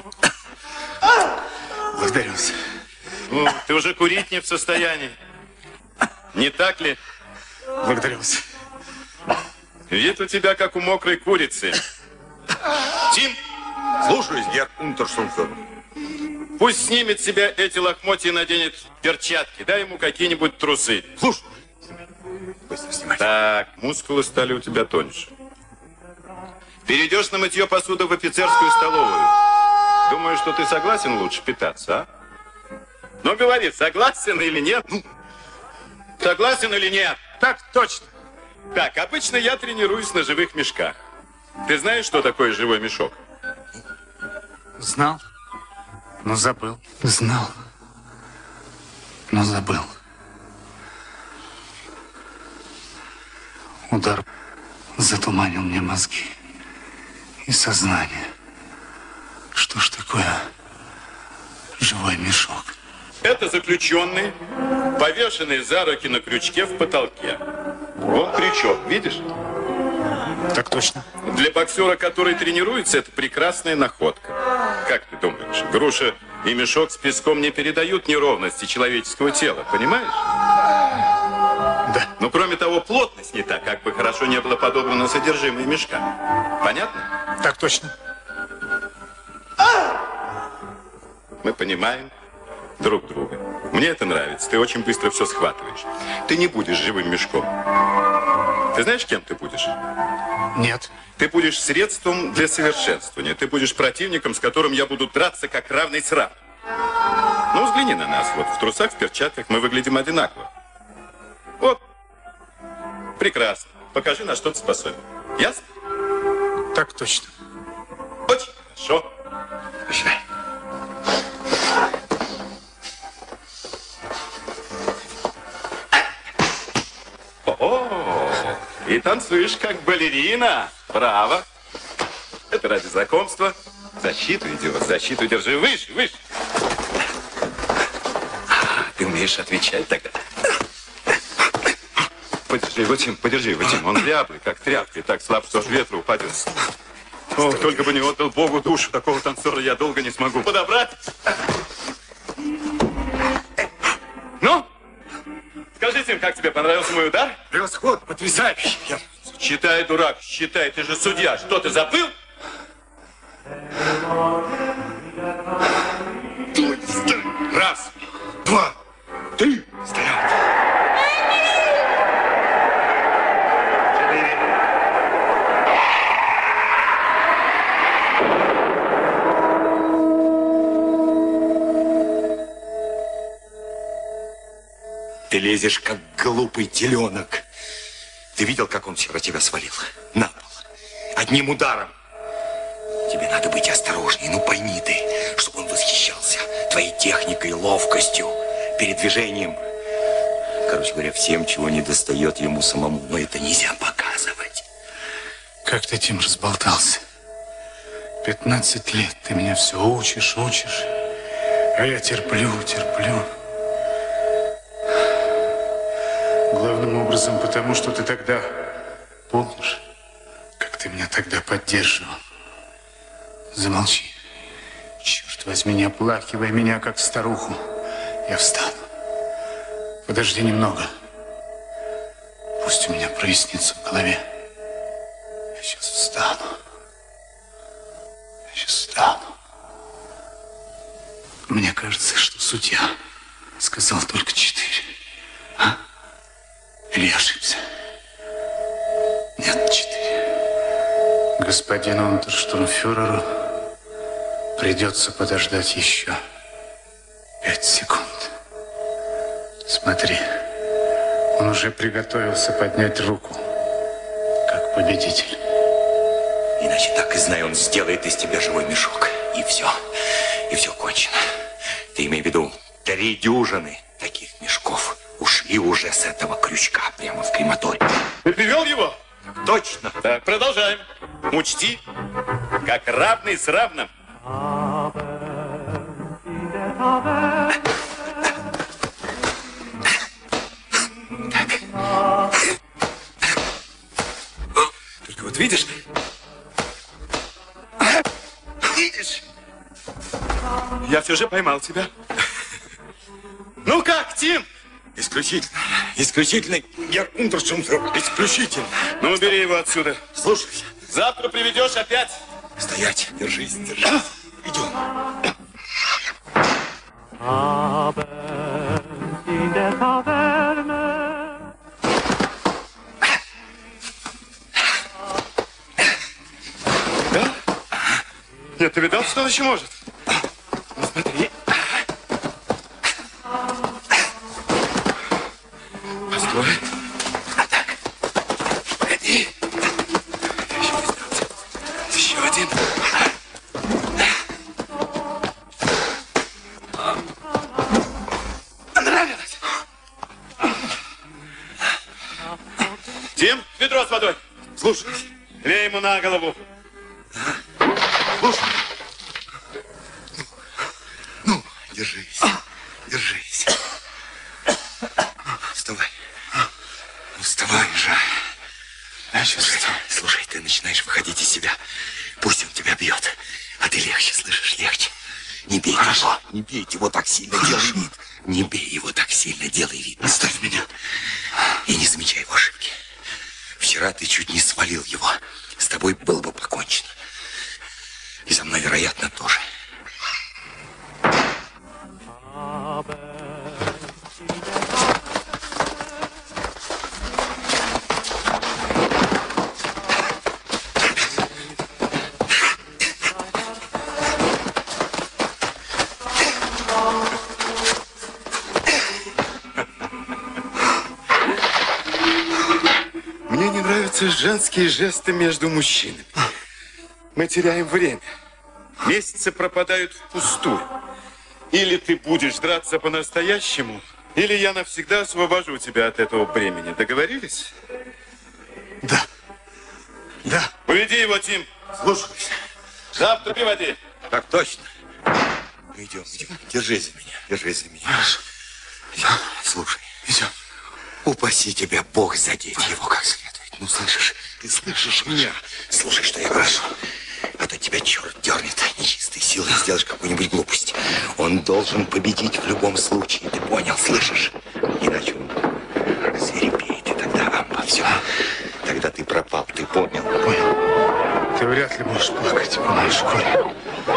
[SPEAKER 5] Благодарю вас.
[SPEAKER 9] Ну, ты уже курить не в состоянии. Не так ли?
[SPEAKER 5] Благодарю вас.
[SPEAKER 9] Вид у тебя, как у мокрой курицы.
[SPEAKER 3] Тим, слушаюсь, герр Унтерштурмфюрер.
[SPEAKER 9] Пусть снимет с себя эти лохмотья и наденет перчатки. Дай ему какие-нибудь трусы.
[SPEAKER 3] Слушай. Быстро снимай.
[SPEAKER 9] Так, мускулы стали у тебя тоньше. Перейдешь на мытье посуды в офицерскую столовую. Думаю, что ты согласен лучше питаться, а? Ну, говори, согласен или нет? Согласен или нет?
[SPEAKER 5] Так точно.
[SPEAKER 9] Так, обычно я тренируюсь на живых мешках. Ты знаешь, что такое живой мешок?
[SPEAKER 5] Знал, но забыл. Знал, но забыл. Удар затуманил мне мозги и сознание. Что ж такое живой мешок?
[SPEAKER 9] Это заключенный, повешенный за руки на крючке в потолке. Вон крючок, видишь?
[SPEAKER 5] Так точно.
[SPEAKER 9] Для боксера, который тренируется, это прекрасная находка. Как ты думаешь, груша и мешок с песком не передают неровности человеческого тела, понимаешь?
[SPEAKER 5] Да.
[SPEAKER 9] Но кроме того, плотность не та, как бы хорошо не было подобрано содержимое мешка. Понятно?
[SPEAKER 5] Так точно.
[SPEAKER 9] Мы понимаем друг друга. Мне это нравится. Ты очень быстро все схватываешь. Ты не будешь живым мешком. Ты знаешь, кем ты будешь?
[SPEAKER 5] Нет.
[SPEAKER 9] Ты будешь средством для совершенствования. Ты будешь противником, с которым я буду драться, как равный с равным. Ну, взгляни на нас. Вот в трусах, в перчатках мы выглядим одинаково. Вот. Прекрасно. Покажи, на что ты способен. Ясно?
[SPEAKER 5] Так точно.
[SPEAKER 9] Очень хорошо. Начинай. О, и танцуешь как балерина. Браво. Это ради знакомства. Защиту идет, защиту держи. Выше, выше. Ты умеешь отвечать тогда. Подержи его, Тим, подержи его, Тим. Он дряблый, как тряпка, и так слаб, что с ветру упадет. О, только бы не отдал Богу душу, такого танцора я долго не смогу подобрать. Ну, скажи, Тим, как тебе понравился мой удар?
[SPEAKER 5] Превосходно, потрясающе.
[SPEAKER 9] Считай, дурак, считай, ты же судья. Что, ты забыл? Раз, два, три. Стоять.
[SPEAKER 3] Ты лезешь, как глупый теленок. Ты видел, как он вчера тебя свалил? На пол. Одним ударом. Тебе надо быть осторожней. Ну, пойми ты, чтобы он восхищался твоей техникой, ловкостью, передвижением. Короче говоря, всем, чего не достает ему самому. Но это нельзя показывать.
[SPEAKER 5] Как ты, Тим, разболтался? 15 лет ты меня все учишь. А я терплю. Главным образом потому, что ты тогда, помнишь, как ты меня тогда поддерживал? Замолчи. Черт возьми, не оплакивай меня, как старуху. Я встану. Подожди немного. Пусть у меня прояснится в голове. Я сейчас встану. Мне кажется, что судья сказал только 4. А? Или я ошибся? Нет, 4. Господину унтерштурмфюреру придется подождать еще 5 секунд. Смотри, он уже приготовился поднять руку, как победитель.
[SPEAKER 3] Иначе, так и знай, он сделает из тебя живой мешок. И все кончено. Ты имей в виду, 3 дюжины таких мешков ушли уже с этого крючка прямо в крематорий.
[SPEAKER 9] Ты привел его?
[SPEAKER 3] Точно.
[SPEAKER 9] Так, продолжаем. Учти, как равный с равным. Только вот видишь, я все же поймал тебя. Ну как, Тим?
[SPEAKER 3] Исключительно, герр унтерштурмфюрер, исключительно.
[SPEAKER 9] Ну, убери его отсюда.
[SPEAKER 3] Слушайся.
[SPEAKER 9] Завтра приведешь опять.
[SPEAKER 3] Стоять, держись. Идем.
[SPEAKER 9] Да? Нет, ты видал, что он еще может? Ну, смотри. Постой.
[SPEAKER 3] Так. Погоди.
[SPEAKER 9] Еще не сдался. Еще один. Понравилось? Тим, ведро с водой.
[SPEAKER 3] Слушай.
[SPEAKER 9] Лей ему на голову.
[SPEAKER 3] Слушай. Ну, держись. Вставай же. Слушай, ты начинаешь выходить из себя. Пусть он тебя бьет. А ты легче, слышишь, легче. Не бей его. Не бей его так сильно, делай вид. Не бей его так сильно, делай вид. Оставь меня. И не замечай его ошибки. Вчера ты чуть не свалил его. С тобой было бы покончено. И со мной, вероятно, тоже.
[SPEAKER 9] Мне не нравятся женские жесты между мужчинами.
[SPEAKER 5] Мы теряем время. Месяцы пропадают впустую. Или ты будешь драться по-настоящему, или я навсегда освобожу тебя от этого бремени. Договорились?
[SPEAKER 10] Да. Да.
[SPEAKER 5] Уведи его, Тим.
[SPEAKER 3] Слушаюсь.
[SPEAKER 5] Завтра приводи.
[SPEAKER 3] Так точно. Идем, идем. Держись за меня. Держись за меня.
[SPEAKER 10] Хорошо.
[SPEAKER 3] Слушай.
[SPEAKER 10] Идем.
[SPEAKER 3] Упаси тебя, Бог, задеть его как следует. Ну, слышишь? Ты слышишь меня? Слушай, что я говорю. А то тебя черт дернет. Нечистой силой сделаешь какую-нибудь глупость. Он должен победить в любом случае. Ты понял? Слышишь? Иначе он свирепеет. И тогда обо всем. Тогда ты пропал. Ты понял?
[SPEAKER 10] Понял. Ты вряд ли будешь плакать по моей шкуре.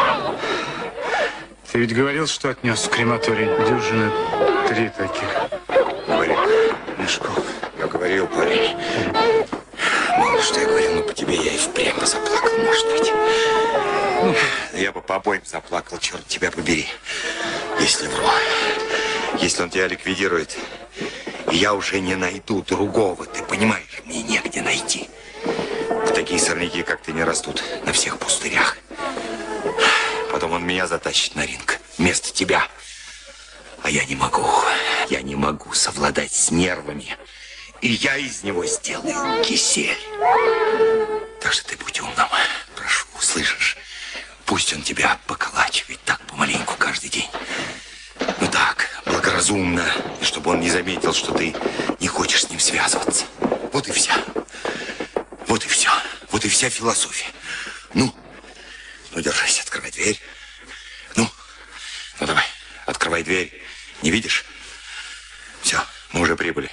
[SPEAKER 10] Ты ведь говорил, что отнес в крематорий дюжины 3 таких.
[SPEAKER 3] Говорил.
[SPEAKER 10] Мешков.
[SPEAKER 3] Я говорил, парень. Мало что я говорил, но по тебе я и впрямь заплакал, может быть. Ну, я бы по обоим заплакал, черт тебя побери. Если вру. Если он тебя ликвидирует, я уже не найду другого, ты понимаешь? Мне негде найти. Такие сорняки, как ты, не растут на всех пустырях. Потом он меня затащит на ринг вместо тебя. А я не могу совладать с нервами. И я из него сделаю кисель. Так что ты будь умным. Прошу, слышишь? Пусть он тебя поколачивает так помаленьку каждый день. Ну так, благоразумно. И чтобы он не заметил, что ты не хочешь с ним связываться. Вот и вся. Вот и все. Вот и вся философия. Ну, держись, открывай дверь. Ну давай, открывай дверь. Не видишь? Все, мы уже прибыли.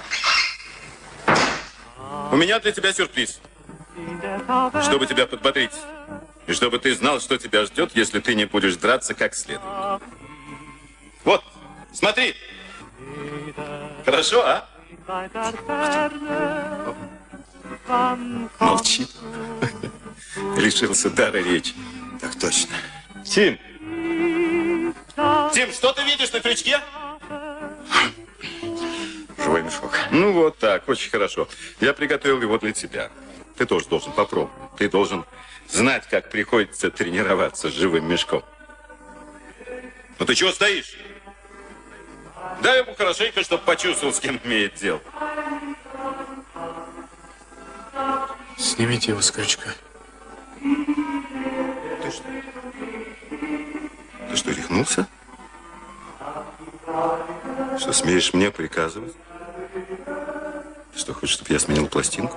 [SPEAKER 5] У меня для тебя сюрприз. Чтобы тебя подбодрить. И чтобы ты знал, что тебя ждет, если ты не будешь драться как следует. Вот, смотри. Хорошо, а? Молчит. Лишился дара речи.
[SPEAKER 3] Так точно.
[SPEAKER 5] Тим! Тим, что ты видишь на крючке?
[SPEAKER 3] Живой мешок.
[SPEAKER 5] Ну вот так, очень хорошо. Я приготовил его для тебя. Ты тоже должен попробовать. Ты должен знать, как приходится тренироваться с живым мешком. Ну ты чего стоишь? Дай ему хорошенько, чтобы почувствовал, с кем имеет дело.
[SPEAKER 10] Снимите его с крючка.
[SPEAKER 5] Ты что, рехнулся? Что, смеешь мне приказывать? Ты что, хочешь, чтобы я сменил пластинку?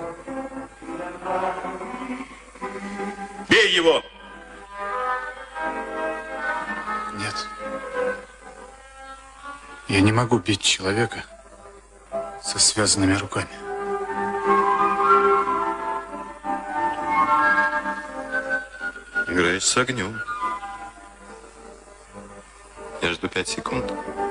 [SPEAKER 5] Бей его!
[SPEAKER 10] Нет. Я не могу бить человека со связанными руками.
[SPEAKER 5] Играешь с огнем. Я жду 5 секунд.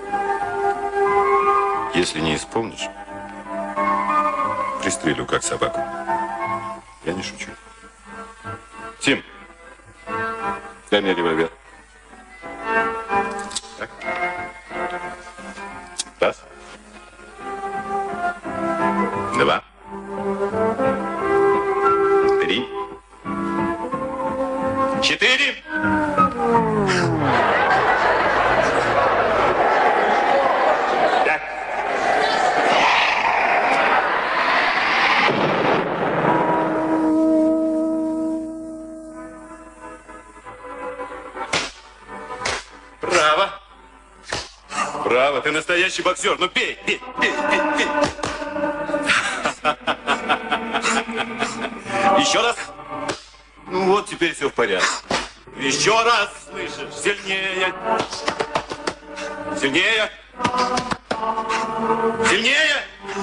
[SPEAKER 5] Если не исполнишь, пристрелю как собаку. Я не шучу. Тим, дай мне револьвер. Так. Раз. 2. 3. 4. Браво, ты настоящий боксер. Ну бей, бей, бей, бей, бей. Еще раз. Ну вот, теперь все в порядке. Еще раз, слышишь? Сильнее. Сильнее. Сильнее.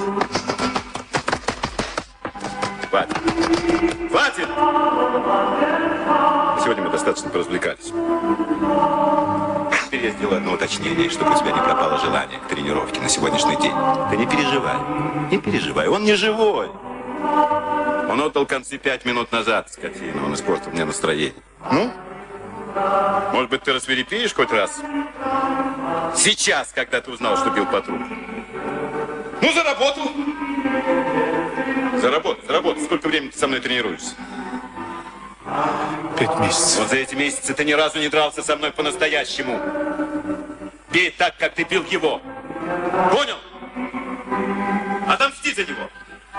[SPEAKER 5] Хватит. Хватит. Сегодня мы достаточно поразвлекались. Теперь я сделаю одно уточнение, чтобы у тебя не пропало желание к тренировке на сегодняшний день. Ты не переживай. Не переживай. Он не живой. Он отдал концы 5 минут назад, скотина. Он испортил мне настроение. Ну? Может быть, ты рассвирепеешь хоть раз? Сейчас, когда ты узнал, что бил по трупу. Ну, за работу! За работу, за работу. Сколько времени ты со мной тренируешься? 5 месяцев.
[SPEAKER 9] Вот за эти месяцы ты ни разу не дрался со мной по-настоящему. Бей так, как ты бил его. Понял? Отомсти за него.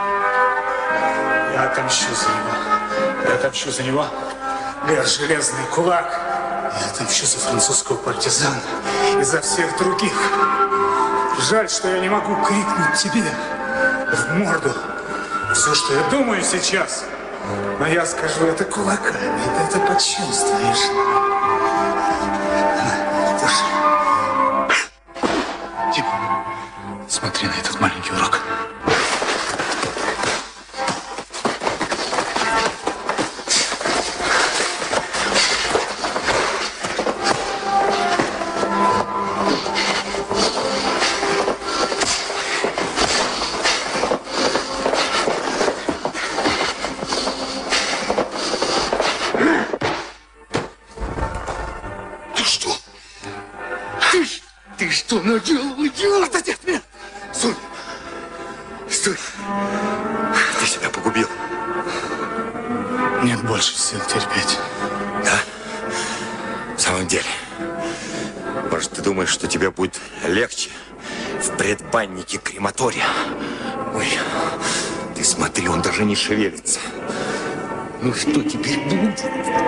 [SPEAKER 5] Я отомщу за него. Я отомщу за него. Лер, железный кулак. Я отомщу за французского партизана и за всех других. Жаль, что я не могу крикнуть тебе в морду все, что я думаю сейчас. Но я скажу это кулаками, и ты это почувствуешь. Держи. Дима, смотри на этот маленький урок.
[SPEAKER 3] Что наделал, идиот? Отойди от меня! Стой! Стой! Ты себя погубил.
[SPEAKER 5] Нет больше сил терпеть.
[SPEAKER 3] Да? В самом деле. Может, ты думаешь, что тебе будет легче в предбаннике крематория? Ой, ты смотри, он даже не шевелится. Ну что теперь будет?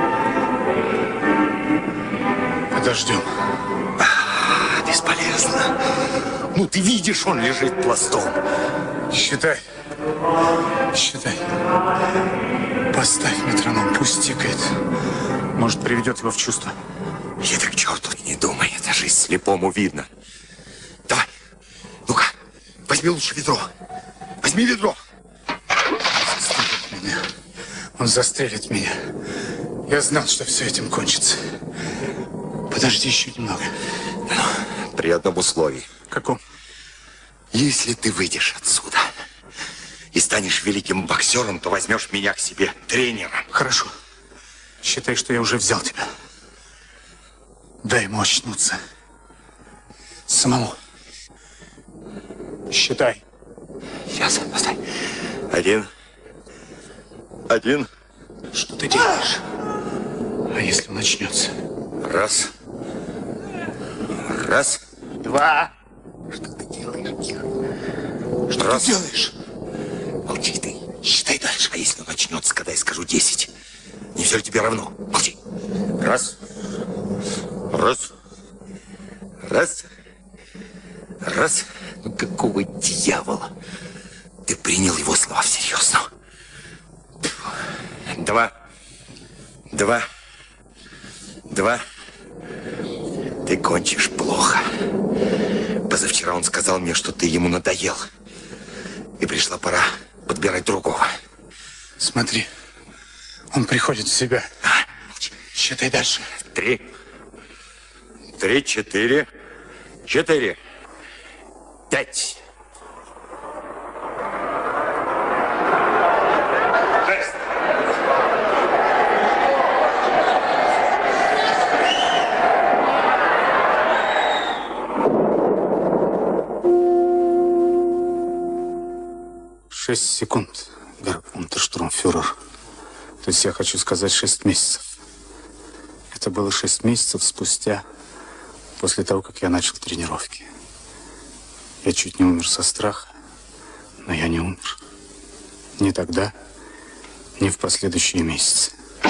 [SPEAKER 5] Подождем.
[SPEAKER 3] Бесполезно. Ну, ты видишь, он лежит пластом.
[SPEAKER 5] Считай. Считай. Поставь метроном, пусть тикает. Может, приведет его в чувство.
[SPEAKER 3] Я так к черту не думай, это же слепому видно. Давай, ну-ка, возьми лучше ведро. Возьми ведро.
[SPEAKER 5] Он застрелит меня. Я знал, что все этим кончится. Подожди еще немного.
[SPEAKER 3] При одном условии.
[SPEAKER 5] Каком?
[SPEAKER 3] Если ты выйдешь отсюда и станешь великим боксером, то возьмешь меня к себе тренером.
[SPEAKER 5] Хорошо. Считай, что я уже взял тебя. Дай ему очнуться. Самому. Считай.
[SPEAKER 3] Сейчас, постой. 1. 1.
[SPEAKER 5] Что ты делаешь? А если он очнется?
[SPEAKER 3] 1. 2. Что ты делаешь? Тихо. Что ты делаешь? Молчи ты. Считай дальше. А если он очнется, когда я скажу 10? Не все ли тебе равно? Молчи. 1. 1. Ну какого дьявола? Ты принял его слова всерьез, ну? 2. 2. Ты кончишь плохо. Позавчера он сказал мне, что ты ему надоел. И пришла пора подбирать другого.
[SPEAKER 5] Смотри, он приходит в себя. Считай дальше.
[SPEAKER 3] 3. 4. 5.
[SPEAKER 5] Шесть секунд, Герр Унтерштурмфюрер. То есть я хочу сказать 6 месяцев. Это было 6 месяцев спустя, после того, как я начал тренировки. Я чуть не умер со страха, но я не умер. Ни тогда, ни в последующие месяцы.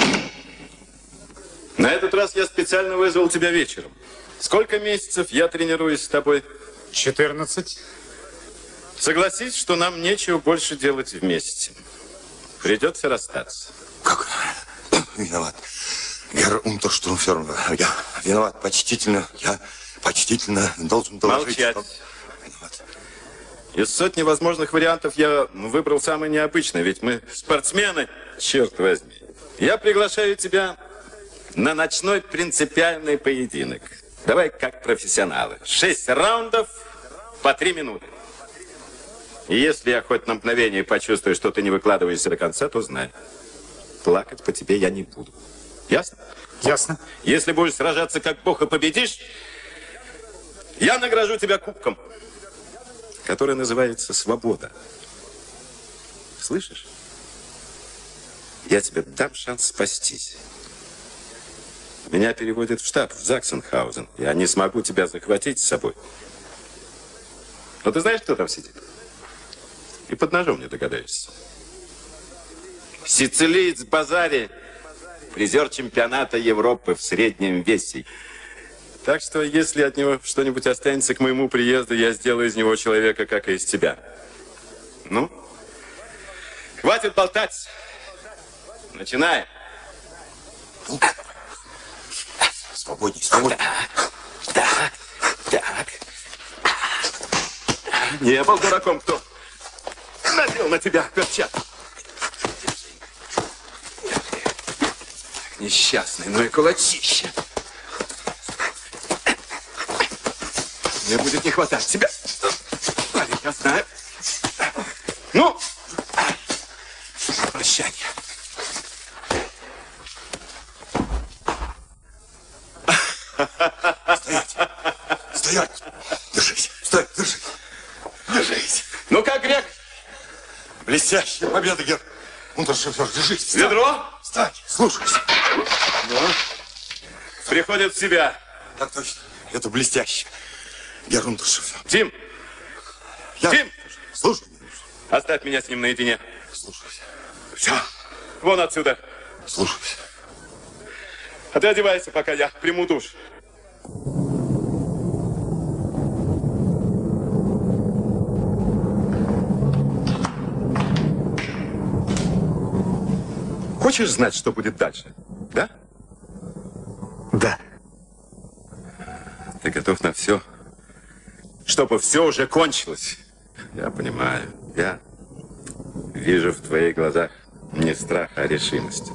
[SPEAKER 9] На этот раз я специально вызвал тебя вечером. Сколько месяцев я тренируюсь с тобой?
[SPEAKER 5] 14.
[SPEAKER 9] Согласись, что нам нечего больше делать вместе. Придется расстаться.
[SPEAKER 3] Как? Виноват. Герр Унтерштурмфюрер. Я виноват. Я почтительно должен доложить.
[SPEAKER 9] Молчать.
[SPEAKER 3] Виноват.
[SPEAKER 9] Из сотни возможных вариантов я выбрал самый необычный, ведь мы спортсмены, черт возьми. Я приглашаю тебя на ночной принципиальный поединок. Давай как профессионалы. 6 раундов по 3 минуты. И если я хоть на мгновение почувствую, что ты не выкладываешься до конца, то знай, плакать по тебе я не буду. Ясно?
[SPEAKER 5] Ясно.
[SPEAKER 9] Если будешь сражаться как бог и победишь, я награжу тебя кубком, который называется «Свобода». Слышишь? Я тебе дам шанс спастись. Меня переводят в штаб, в Заксенхаузен. Я не смогу тебя захватить с собой. Но ты знаешь, кто там сидит? И под ножом не догадаешься. Сицилиец Базари, призер чемпионата Европы в среднем весе. Так что, если от него что-нибудь останется к моему приезду, я сделаю из него человека, как и из тебя. Ну, хватит болтать. Начинаем.
[SPEAKER 3] Свободней, свободней.
[SPEAKER 9] Так. Не был дураком, кто надел на тебя перчатку. Несчастный, ну и кулачище. Мне будет не хватать тебя. Парень, я знаю. Ну, прощание.
[SPEAKER 3] Стоять! Держись! Стой! Держись! Держись!
[SPEAKER 9] Ну как, грек?
[SPEAKER 3] Блестящая победа, герр! Унтершофер, держись!
[SPEAKER 9] Ведро?
[SPEAKER 3] Встань! Слушайся!
[SPEAKER 9] Ну, приходит в себя.
[SPEAKER 3] Так точно. Это блестяще. Герр Унтершофер.
[SPEAKER 9] Тим! Тим!
[SPEAKER 3] Слушай.
[SPEAKER 9] Оставь меня с ним наедине.
[SPEAKER 3] Слушайся.
[SPEAKER 9] Все. Вон отсюда.
[SPEAKER 3] Слушайся.
[SPEAKER 9] А ты одевайся, пока я приму душ. Хочешь знать, что будет дальше? Да?
[SPEAKER 10] Да.
[SPEAKER 9] Ты готов на все? Чтобы все уже кончилось. Я понимаю. Я вижу в твоих глазах не страх, а решимость.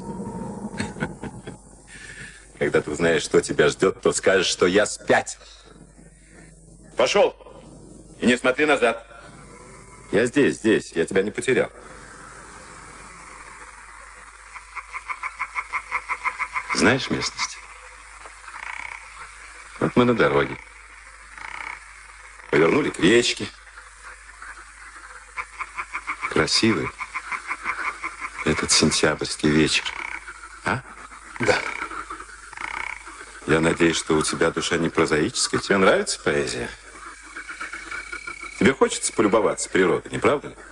[SPEAKER 9] Когда ты узнаешь, что тебя ждет, то скажешь, что я спятил. Пошел. И не смотри назад. Я здесь. Я тебя не потерял. Знаешь местность? Вот мы на дороге. Повернули к речке. Красивый этот сентябрьский вечер. А?
[SPEAKER 10] Да.
[SPEAKER 9] Я надеюсь, что у тебя душа не прозаическая. Тебе нравится поэзия? Тебе хочется полюбоваться природой, не правда ли?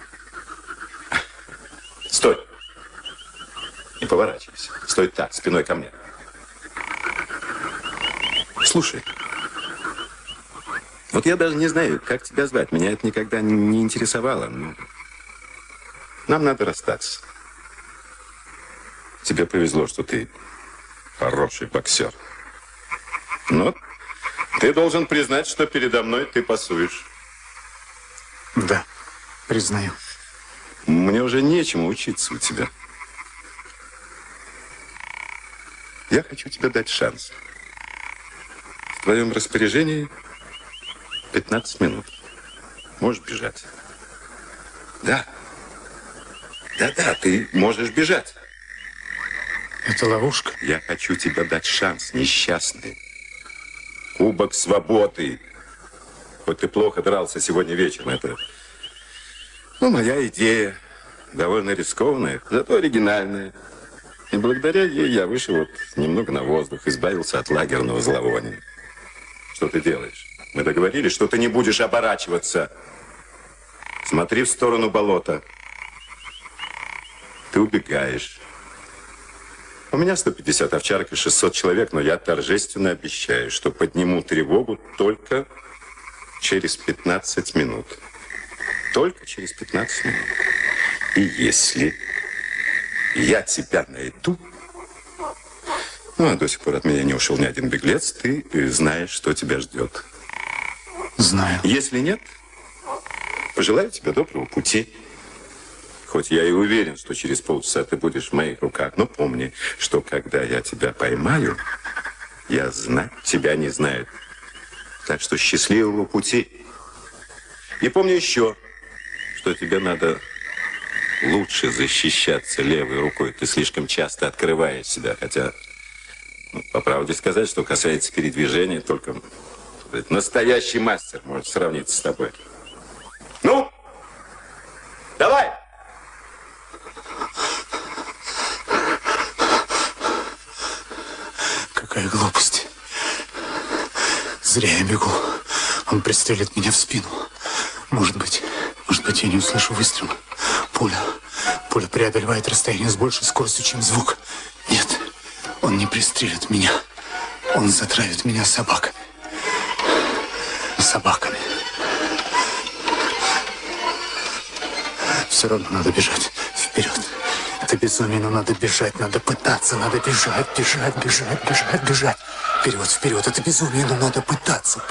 [SPEAKER 9] Стой. Не поворачивайся. Стой так, спиной ко мне. Слушай. Вот я даже не знаю, как тебя звать. Меня это никогда не интересовало. Но нам надо расстаться. Тебе повезло, что ты хороший боксер. Но ты должен признать, что передо мной ты пасуешь.
[SPEAKER 10] Да, признаю.
[SPEAKER 9] Мне уже нечему учиться у тебя. Я хочу тебе дать шанс. В твоем распоряжении 15 минут. Можешь бежать. Да. Да, ты можешь бежать.
[SPEAKER 10] Это ловушка?
[SPEAKER 9] Я хочу тебе дать шанс, несчастный. Кубок свободы. Хоть ты плохо дрался сегодня вечером, это... Ну, моя идея. Довольно рискованная, зато оригинальная. И благодаря ей я вышел вот немного на воздух, избавился от лагерного зловония. Что ты делаешь? Мы договорились, что ты не будешь оборачиваться. Смотри в сторону болота. Ты убегаешь. У меня 150 овчарок и 600 человек, но я торжественно обещаю, что подниму тревогу только через 15 минут. Только через 15 минут. И если я тебя найду, ну, а до сих пор от меня не ушел ни один беглец, ты знаешь, что тебя ждет.
[SPEAKER 10] Знаю.
[SPEAKER 9] Если нет, пожелаю тебе доброго пути. Хоть я и уверен, что через полчаса ты будешь в моих руках, но помни, что когда я тебя поймаю, я знаю, тебя не знают. Так что счастливого пути. И помни еще, что тебе надо лучше защищаться левой рукой. Ты слишком часто открываешь себя, хотя, ну, по правде сказать, что касается передвижения, только настоящий мастер может сравниться с тобой. Ну, давай!
[SPEAKER 10] Какая глупость. Зря я бегу. Он пристрелит меня в спину. Может быть, я не услышу выстрела. Пуля преодолевает расстояние с большей скоростью, чем звук. Нет, он не пристрелит меня. Он затравит меня собаками. Все равно надо бежать вперед. Это безумие, но надо бежать, надо пытаться, надо бежать. Вперед, это безумие, но надо пытаться.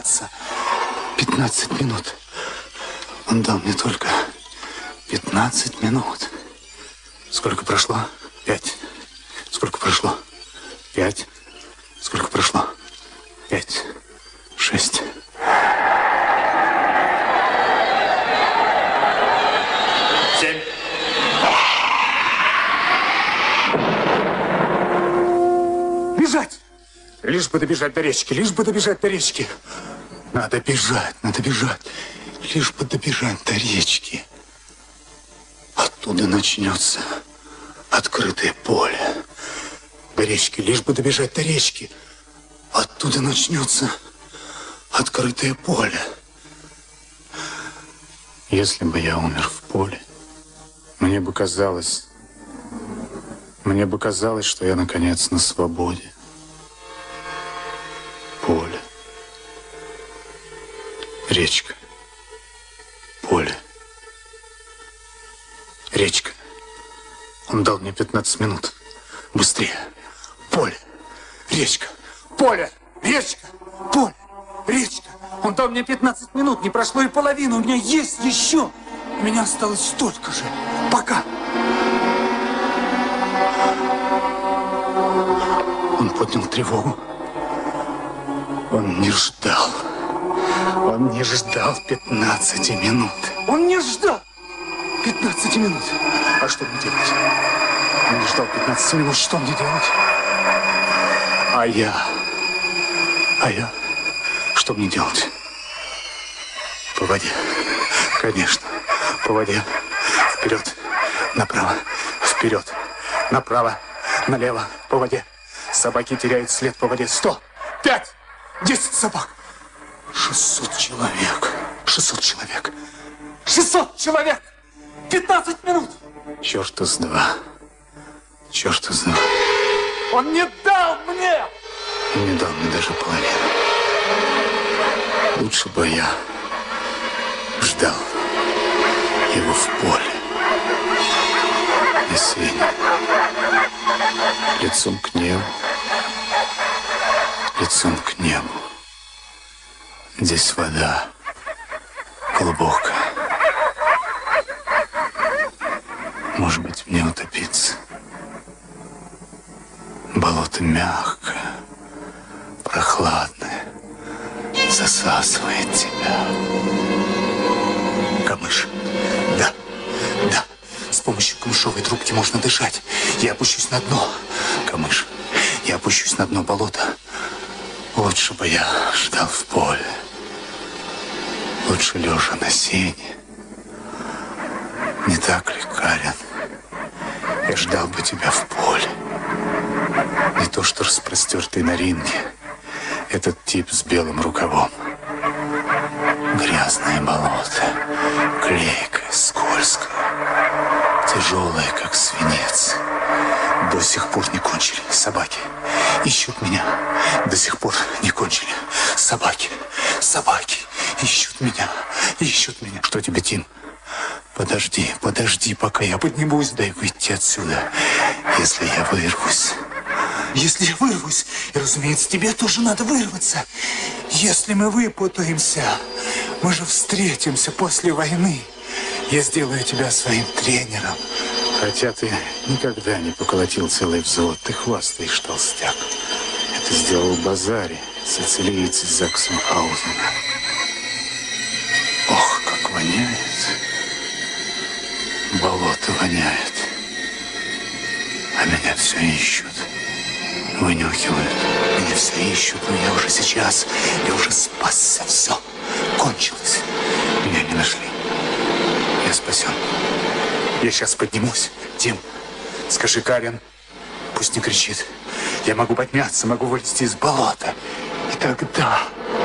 [SPEAKER 10] 15 минут. Он дал мне только 15 минут. Сколько прошло? 5. Сколько прошло? 5. Сколько прошло? 5. 6. Бежать! Лишь бы добежать до речки, Надо бежать. Лишь бы добежать до речки. Оттуда начнется открытое поле. До речки, лишь бы добежать до речки. Оттуда начнется открытое поле. Если бы я умер в поле, мне бы казалось, что я наконец на свободе. Поле. Речка. Поле. Речка. Он дал мне 15 минут. Быстрее. Поле. Речка. Поле. Речка. Поле. Речка. Он дал мне 15 минут. Не прошло и половину. У меня есть еще. У меня осталось столько же. Пока. Он поднял тревогу. Он не ждал 15 минут. Он не ждал 15 минут. А что мне делать? Он не ждал 15 минут. Что мне делать? А я? Что мне делать? По воде. Конечно, по воде. Вперед, направо, вперед, направо, налево, по воде. Собаки теряют след по воде. 100, 5, 10 собак. 600 человек. 15 минут. Черта с два. Он не дал мне! Он не дал мне даже половину. Лучше бы я ждал его в поле. На сене. Лицом к небу. Здесь вода глубокая. Может быть, мне утопиться. Болото мягкое, прохладное, засасывает тебя. Камыш. Да. С помощью камышовой трубки можно дышать. Я опущусь на дно. Камыш. Я опущусь на дно болота. Лучше бы я ждал в поле. Лучше лежа на сене. Не так ли, Карен? Я ждал бы тебя в поле. Не то что распростертый на ринге. Этот тип с белым рукавом. Грязное болото. Клейкое, скользкое. Тяжелое, как свинец. До сих пор не кончили. Собаки ищут меня. До сих пор не кончили. Собаки ищут меня. Что тебе, Тим? Подожди, пока я поднимусь, дай выйти отсюда. Если я вырвусь, и, разумеется, тебе тоже надо вырваться. Если мы выпутаемся, мы же встретимся после войны. Я сделаю тебя своим тренером. Хотя ты никогда не поколотил целый взвод, ты хвастаешь, толстяк. Это сделал Базари, сицилиец из Заксенхаузена. Ох, как воняет. Болото воняет. А меня все ищут. Вынюхивают. Меня все ищут, но я уже спасся. Все. Кончилось. Меня не нашли. Я спасен. Я сейчас поднимусь. Тим, скажи Карен, пусть не кричит. Я могу подняться, могу вылезти из болота. И тогда...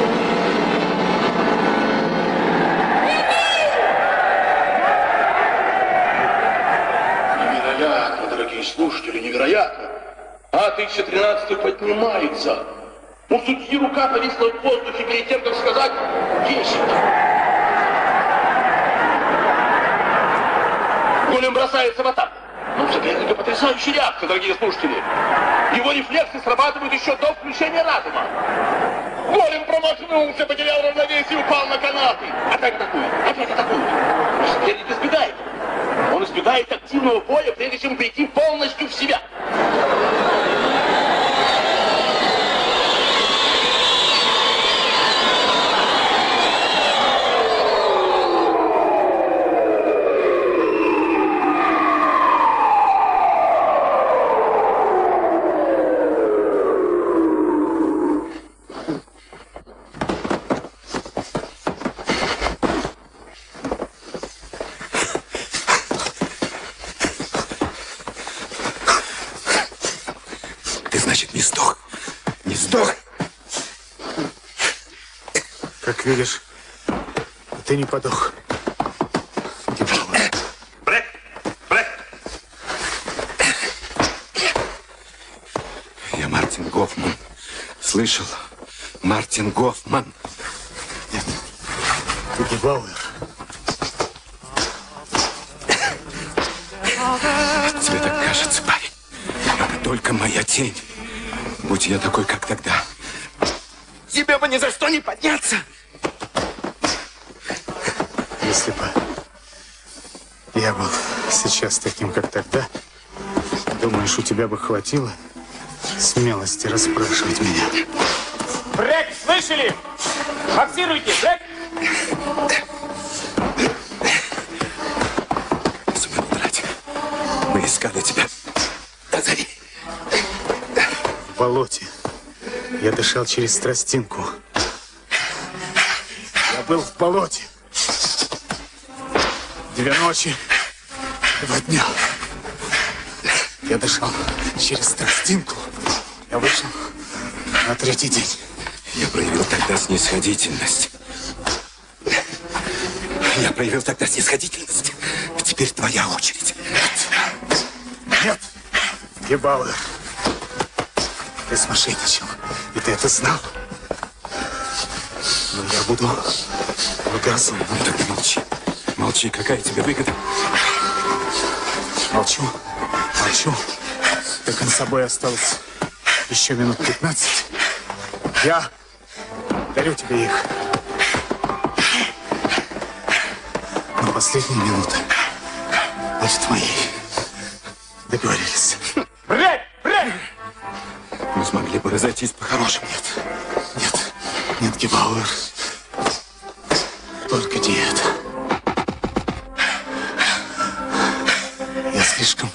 [SPEAKER 7] Невероятно, дорогие слушатели, невероятно. А-1013 поднимается. У судьи рука повисла в воздухе перед тем, как сказать 10. Голем бросается в атаку. Но у соперника потрясающая реакция, дорогие слушатели. Его рефлексы срабатывают еще до включения разума. Голем промахнулся, потерял равновесие и упал на канаты. Опять атакует, опять атакует. Но соперник избегает. Он избегает активного боя, прежде чем прийти полностью в себя.
[SPEAKER 10] Значит, не сдох. Не сдох. Как видишь, ты не подох.
[SPEAKER 7] Брэк! Брэк!
[SPEAKER 10] Я Мартин Гофман. Слышал? Мартин Гофман. Нет, ты Гебауэр. Тебе так кажется, парень. Это только моя тень. Будь я такой, как тогда, тебе бы ни за что не подняться. Если бы я был сейчас таким, как тогда, думаешь, у тебя бы хватило смелости расспрашивать меня?
[SPEAKER 11] Брэк, слышали? Боксируйте, Брэк!
[SPEAKER 10] Сумел удрать. Мы искали тебя до зари. В болоте. Я дышал через тростинку. Я был в болоте. 2 ночи, 2 дня. Я дышал через тростинку. Я вышел на 3-й день. Я проявил тогда снисходительность. Теперь твоя очередь. Нет. Гебауэр. Ты смошенничал, и ты это знал. Но я буду благоразумным. Ну тогда молчи. Молчи, какая тебе выгода? Молчу. До конца боя осталось еще минут 15. Я дарю тебе их. Но последняя минута будет моей. Договорились.
[SPEAKER 11] Брэк!
[SPEAKER 10] Мы смогли бы разойтись по-хорошему. Нет, Гебауэр. Только не это. Я слишком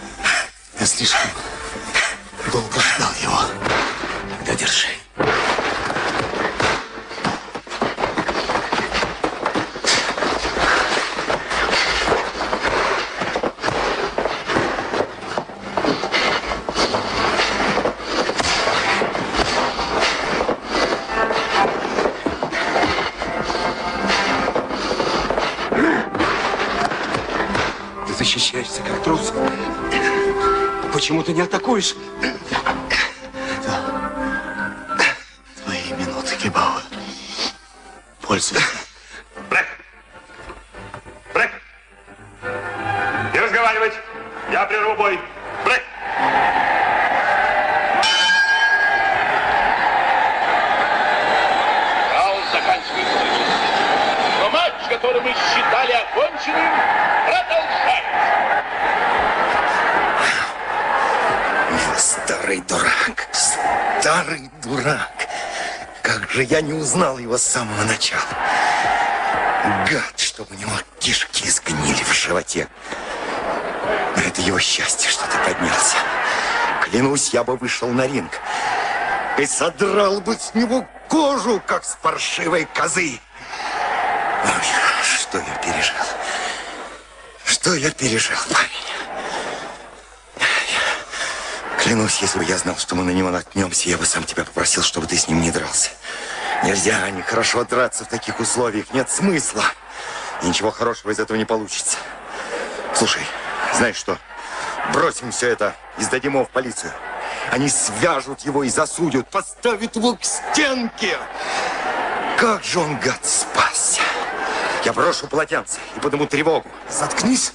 [SPEAKER 10] долго ждал его. Тогда держи. Защищаешься как трус. Почему ты не атакуешь? Да. Твои минуты, Гебауэр. Пользуйся.
[SPEAKER 7] Брэк! Не разговаривать! Я прерву бой. Брэк! Раунд заканчивается. Но матч, который мы считали оконченным, продолжается.
[SPEAKER 3] Старый дурак. Как же я не узнал его с самого начала. Гад, чтобы у него кишки сгнили в животе. Но это его счастье, что ты поднялся. Клянусь, я бы вышел на ринг и содрал бы с него кожу, как с паршивой козы. Ой, что я пережил. Что я пережил, парень. Клянусь, если бы я знал, что мы на него наткнемся, я бы сам тебя попросил, чтобы ты с ним не дрался. Нельзя, нехорошо драться в таких условиях. Нет смысла. И ничего хорошего из этого не получится. Слушай, знаешь что? Бросим все это и сдадим его в полицию. Они свяжут его и засудят, поставят его к стенке. Как же он, гад, спасся. Я брошу полотенце и подниму тревогу.
[SPEAKER 10] Заткнись.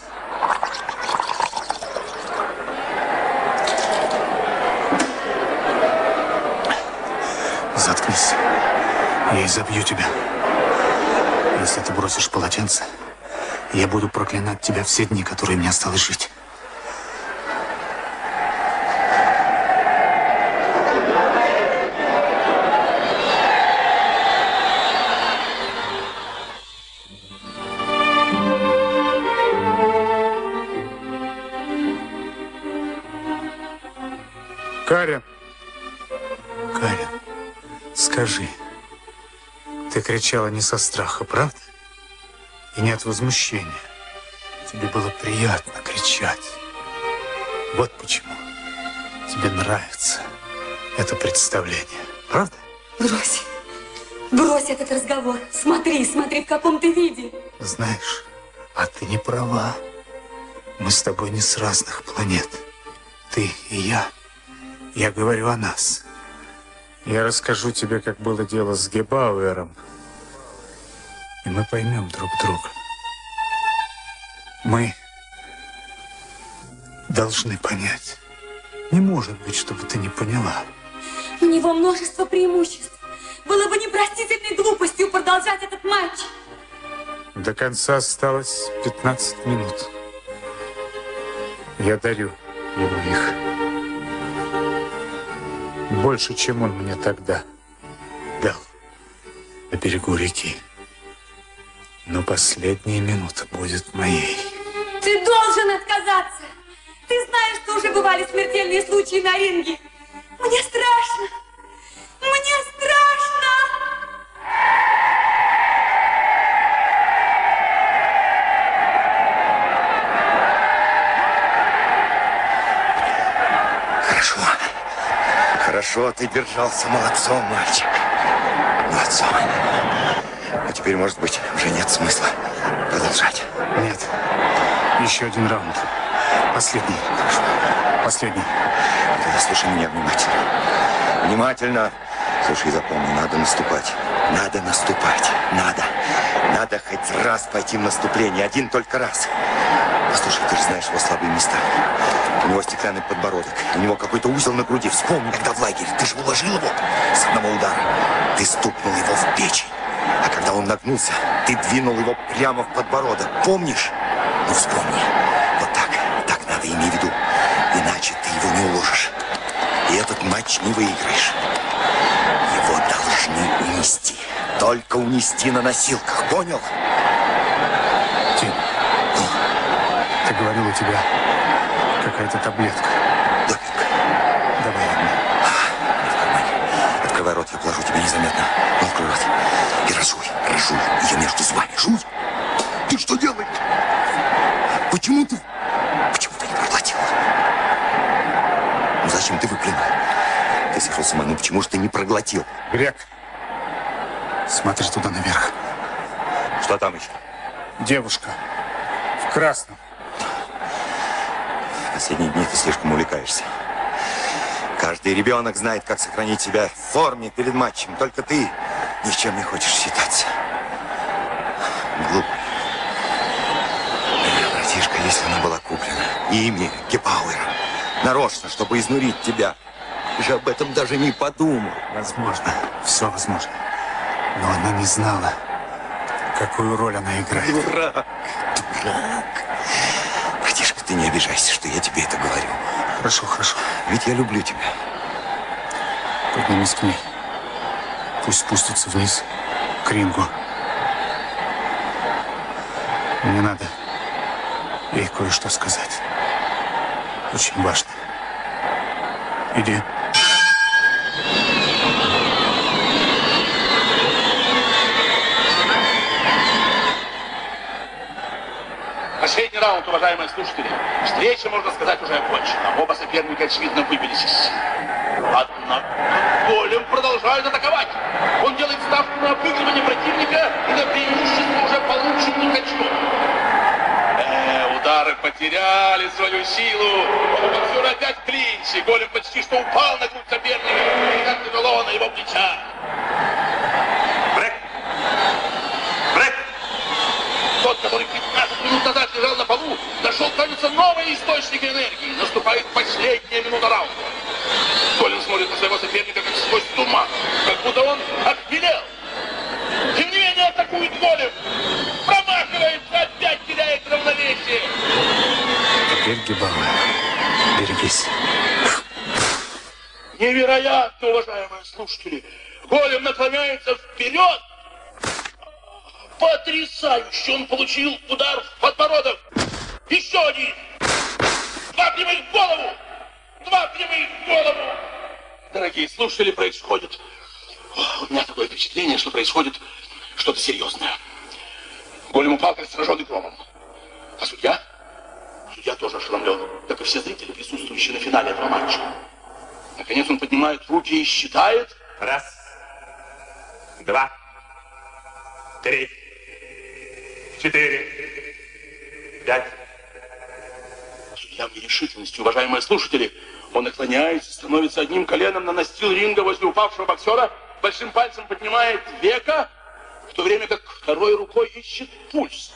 [SPEAKER 10] Заткнись. Я изобью тебя. Если ты бросишь полотенце, я буду проклинать тебя все дни, которые мне осталось жить.
[SPEAKER 5] Карен.
[SPEAKER 10] Карен, скажи, ты кричала не со страха, правда? И не от возмущения. Тебе было приятно кричать. Вот почему тебе нравится это представление, правда?
[SPEAKER 8] Брось. Брось этот разговор. Смотри, смотри, в каком ты виде.
[SPEAKER 10] Знаешь, а ты не права. Мы с тобой не с разных планет. Ты и я. Я говорю о нас.
[SPEAKER 5] Я расскажу тебе, как было дело с Гебауэром. И мы поймем друг друга.
[SPEAKER 10] Мы должны понять. Не может быть, чтобы ты не поняла.
[SPEAKER 8] У него множество преимуществ. Было бы непростительной глупостью продолжать этот матч.
[SPEAKER 5] До конца осталось 15 минут. Я дарю ему их. Больше, чем он мне тогда дал на берегу реки. Но последняя минута будет моей.
[SPEAKER 8] Ты должен отказаться. Ты знаешь, что уже бывали смертельные случаи на ринге. Мне страшно. Мне страшно.
[SPEAKER 3] Хорошо. Хорошо, ты держался. Молодцом, мальчик. Молодцом. Но теперь, может быть, уже нет смысла продолжать.
[SPEAKER 10] Нет. Еще один раунд. Последний.
[SPEAKER 3] Хорошо.
[SPEAKER 10] Последний.
[SPEAKER 3] Тогда слушай меня внимательно. Внимательно. Слушай, запомни, надо наступать. Надо наступать. Надо. Надо хоть раз пойти в наступление. Один только раз. Послушай, ты же знаешь его слабые места. У него стеклянный подбородок. У него какой-то узел на груди. Вспомни, когда в лагере ты же уложил его с одного удара. Ты стукнул его в печень. А когда он нагнулся, ты двинул его прямо в подбородок. Помнишь? Ну, вспомни. Вот так. Так надо, имей в виду. Иначе ты его не уложишь. И этот матч не выиграешь. Его должны унести. Только унести на носилках. Понял?
[SPEAKER 10] Тим, ты говорил, у тебя какая-то таблетка.
[SPEAKER 3] Допинг.
[SPEAKER 10] Давай одну.
[SPEAKER 3] В кармане. Открывай рот, я положу тебя незаметно. Ну, открой рот. И разуй. Разуй ее между зубами. Жуй. Ты что делаешь? Почему ты не проглотил? Ну, зачем ты выплюнул? Ты сошел с ума. Ну, почему же ты не проглотил?
[SPEAKER 5] Грек.
[SPEAKER 10] Смотри туда наверх.
[SPEAKER 3] Что там еще?
[SPEAKER 5] Девушка. В красном.
[SPEAKER 3] В последние дни ты слишком увлекаешься. Каждый ребенок знает, как сохранить себя в форме перед матчем. Только ты ни с чем не хочешь считаться. Глупый. Братишка, если она была куплена ими, Гебауэром, нарочно, чтобы изнурить тебя, ты же об этом даже не подумал.
[SPEAKER 10] Возможно. Все возможно. Но она не знала, какую роль она играет.
[SPEAKER 3] Дурак. Дурак. Братишка, ты не обижайся, что я тебе это говорю.
[SPEAKER 10] Хорошо, хорошо.
[SPEAKER 3] Ведь я люблю тебя.
[SPEAKER 10] Поднимись к ней. Пусть спустится вниз, к рингу. Мне надо ей кое-что сказать. Очень важно. Иди.
[SPEAKER 7] Последний раунд, уважаемые слушатели. Встреча, можно сказать, уже окончена. Оба соперника, очевидно, выбились из сил. Однако Голем продолжает атаковать. Он делает ставку на обыгрывание противника и на преимущество уже полученных очков. Удары потеряли свою силу. Оба боксера опять в клинче. Голем почти что упал на грудь соперника. И как тяжело на его плечах. Брейк! Брейк! Тот, который 15 минут назад лежал на полу, нашел, кажется, новый источник энергии. Наступает последняя минута раунда. Голем смотрит на своего соперника как сквозь туман, как будто он обмелел. Тем не менее атакует Голем. Промахивается, опять теряет равновесие.
[SPEAKER 10] Теперь Гибауэр. Берегись.
[SPEAKER 7] Невероятно, уважаемые слушатели. Голем наклоняется вперед. Потрясающе! Он получил удар в подбородок. Еще один. Два прямых в голову. Два прямых в голову. Дорогие слушатели, происходит... У меня такое впечатление, что происходит что-то серьезное. Голем упал, как сраженный громом. А судья? Судья тоже ошеломлен, как и все зрители, присутствующие на финале этого матча. Наконец он поднимает руки и считает.
[SPEAKER 11] 1, 2, 3, 4, 5.
[SPEAKER 7] Судья в нерешительности, уважаемые слушатели. Он наклоняется, становится одним коленом на настил ринга возле упавшего боксера, большим пальцем поднимает веко, в то время как второй рукой ищет пульс.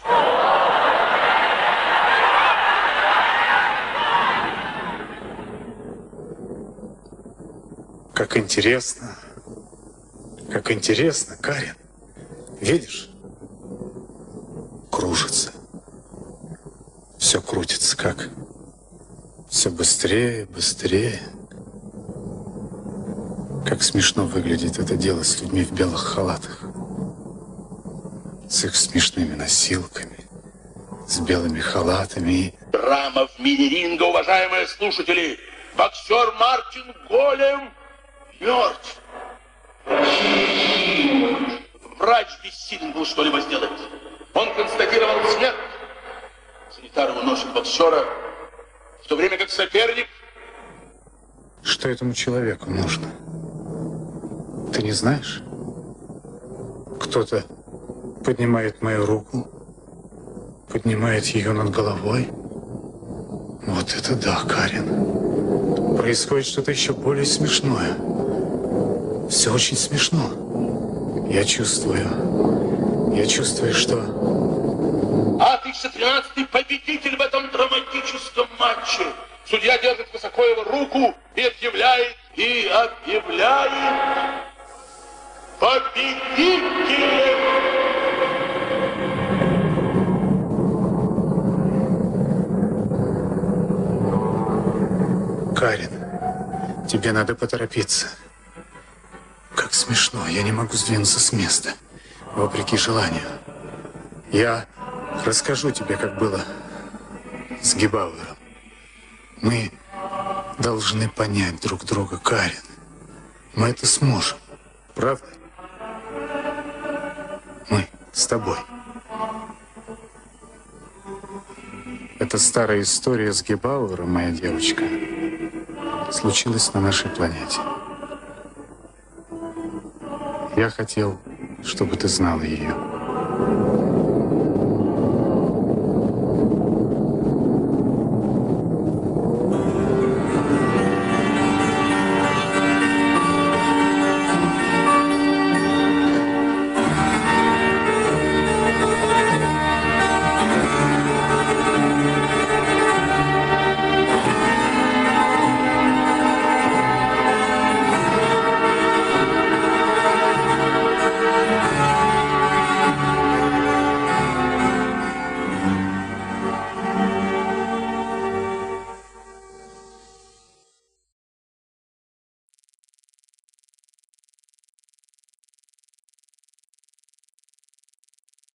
[SPEAKER 10] Как интересно, Карен. Видишь? Кружится. Все крутится, как? Все быстрее, быстрее. Как смешно выглядит это дело с людьми в белых халатах. С их смешными носилками, с белыми халатами.
[SPEAKER 7] Драма в мини-ринга, уважаемые слушатели. Боксер Мартин Голем мертв. Врач бессилен был что-либо сделать. Он констатировал смерть. Санитары уносят боксера, в то время как соперник...
[SPEAKER 10] Что этому человеку нужно? Ты не знаешь? Кто-то поднимает мою руку, поднимает ее над головой. Вот это да, Карен. Происходит что-то еще более смешное. Все очень смешно. Я чувствую, что...
[SPEAKER 7] А 1013-й победитель в этом драматическом матче. Судья держит высоко его руку и объявляет победителем.
[SPEAKER 10] Карен, тебе надо поторопиться. Как смешно, я не могу сдвинуться с места, вопреки желанию. Я расскажу тебе, как было с Гибауэром. Мы должны понять друг друга, Карен. Мы это сможем, правда? Мы с тобой. Эта старая история с Гибауэром, моя девочка, случилась на нашей планете. Я хотел, чтобы ты знала ее.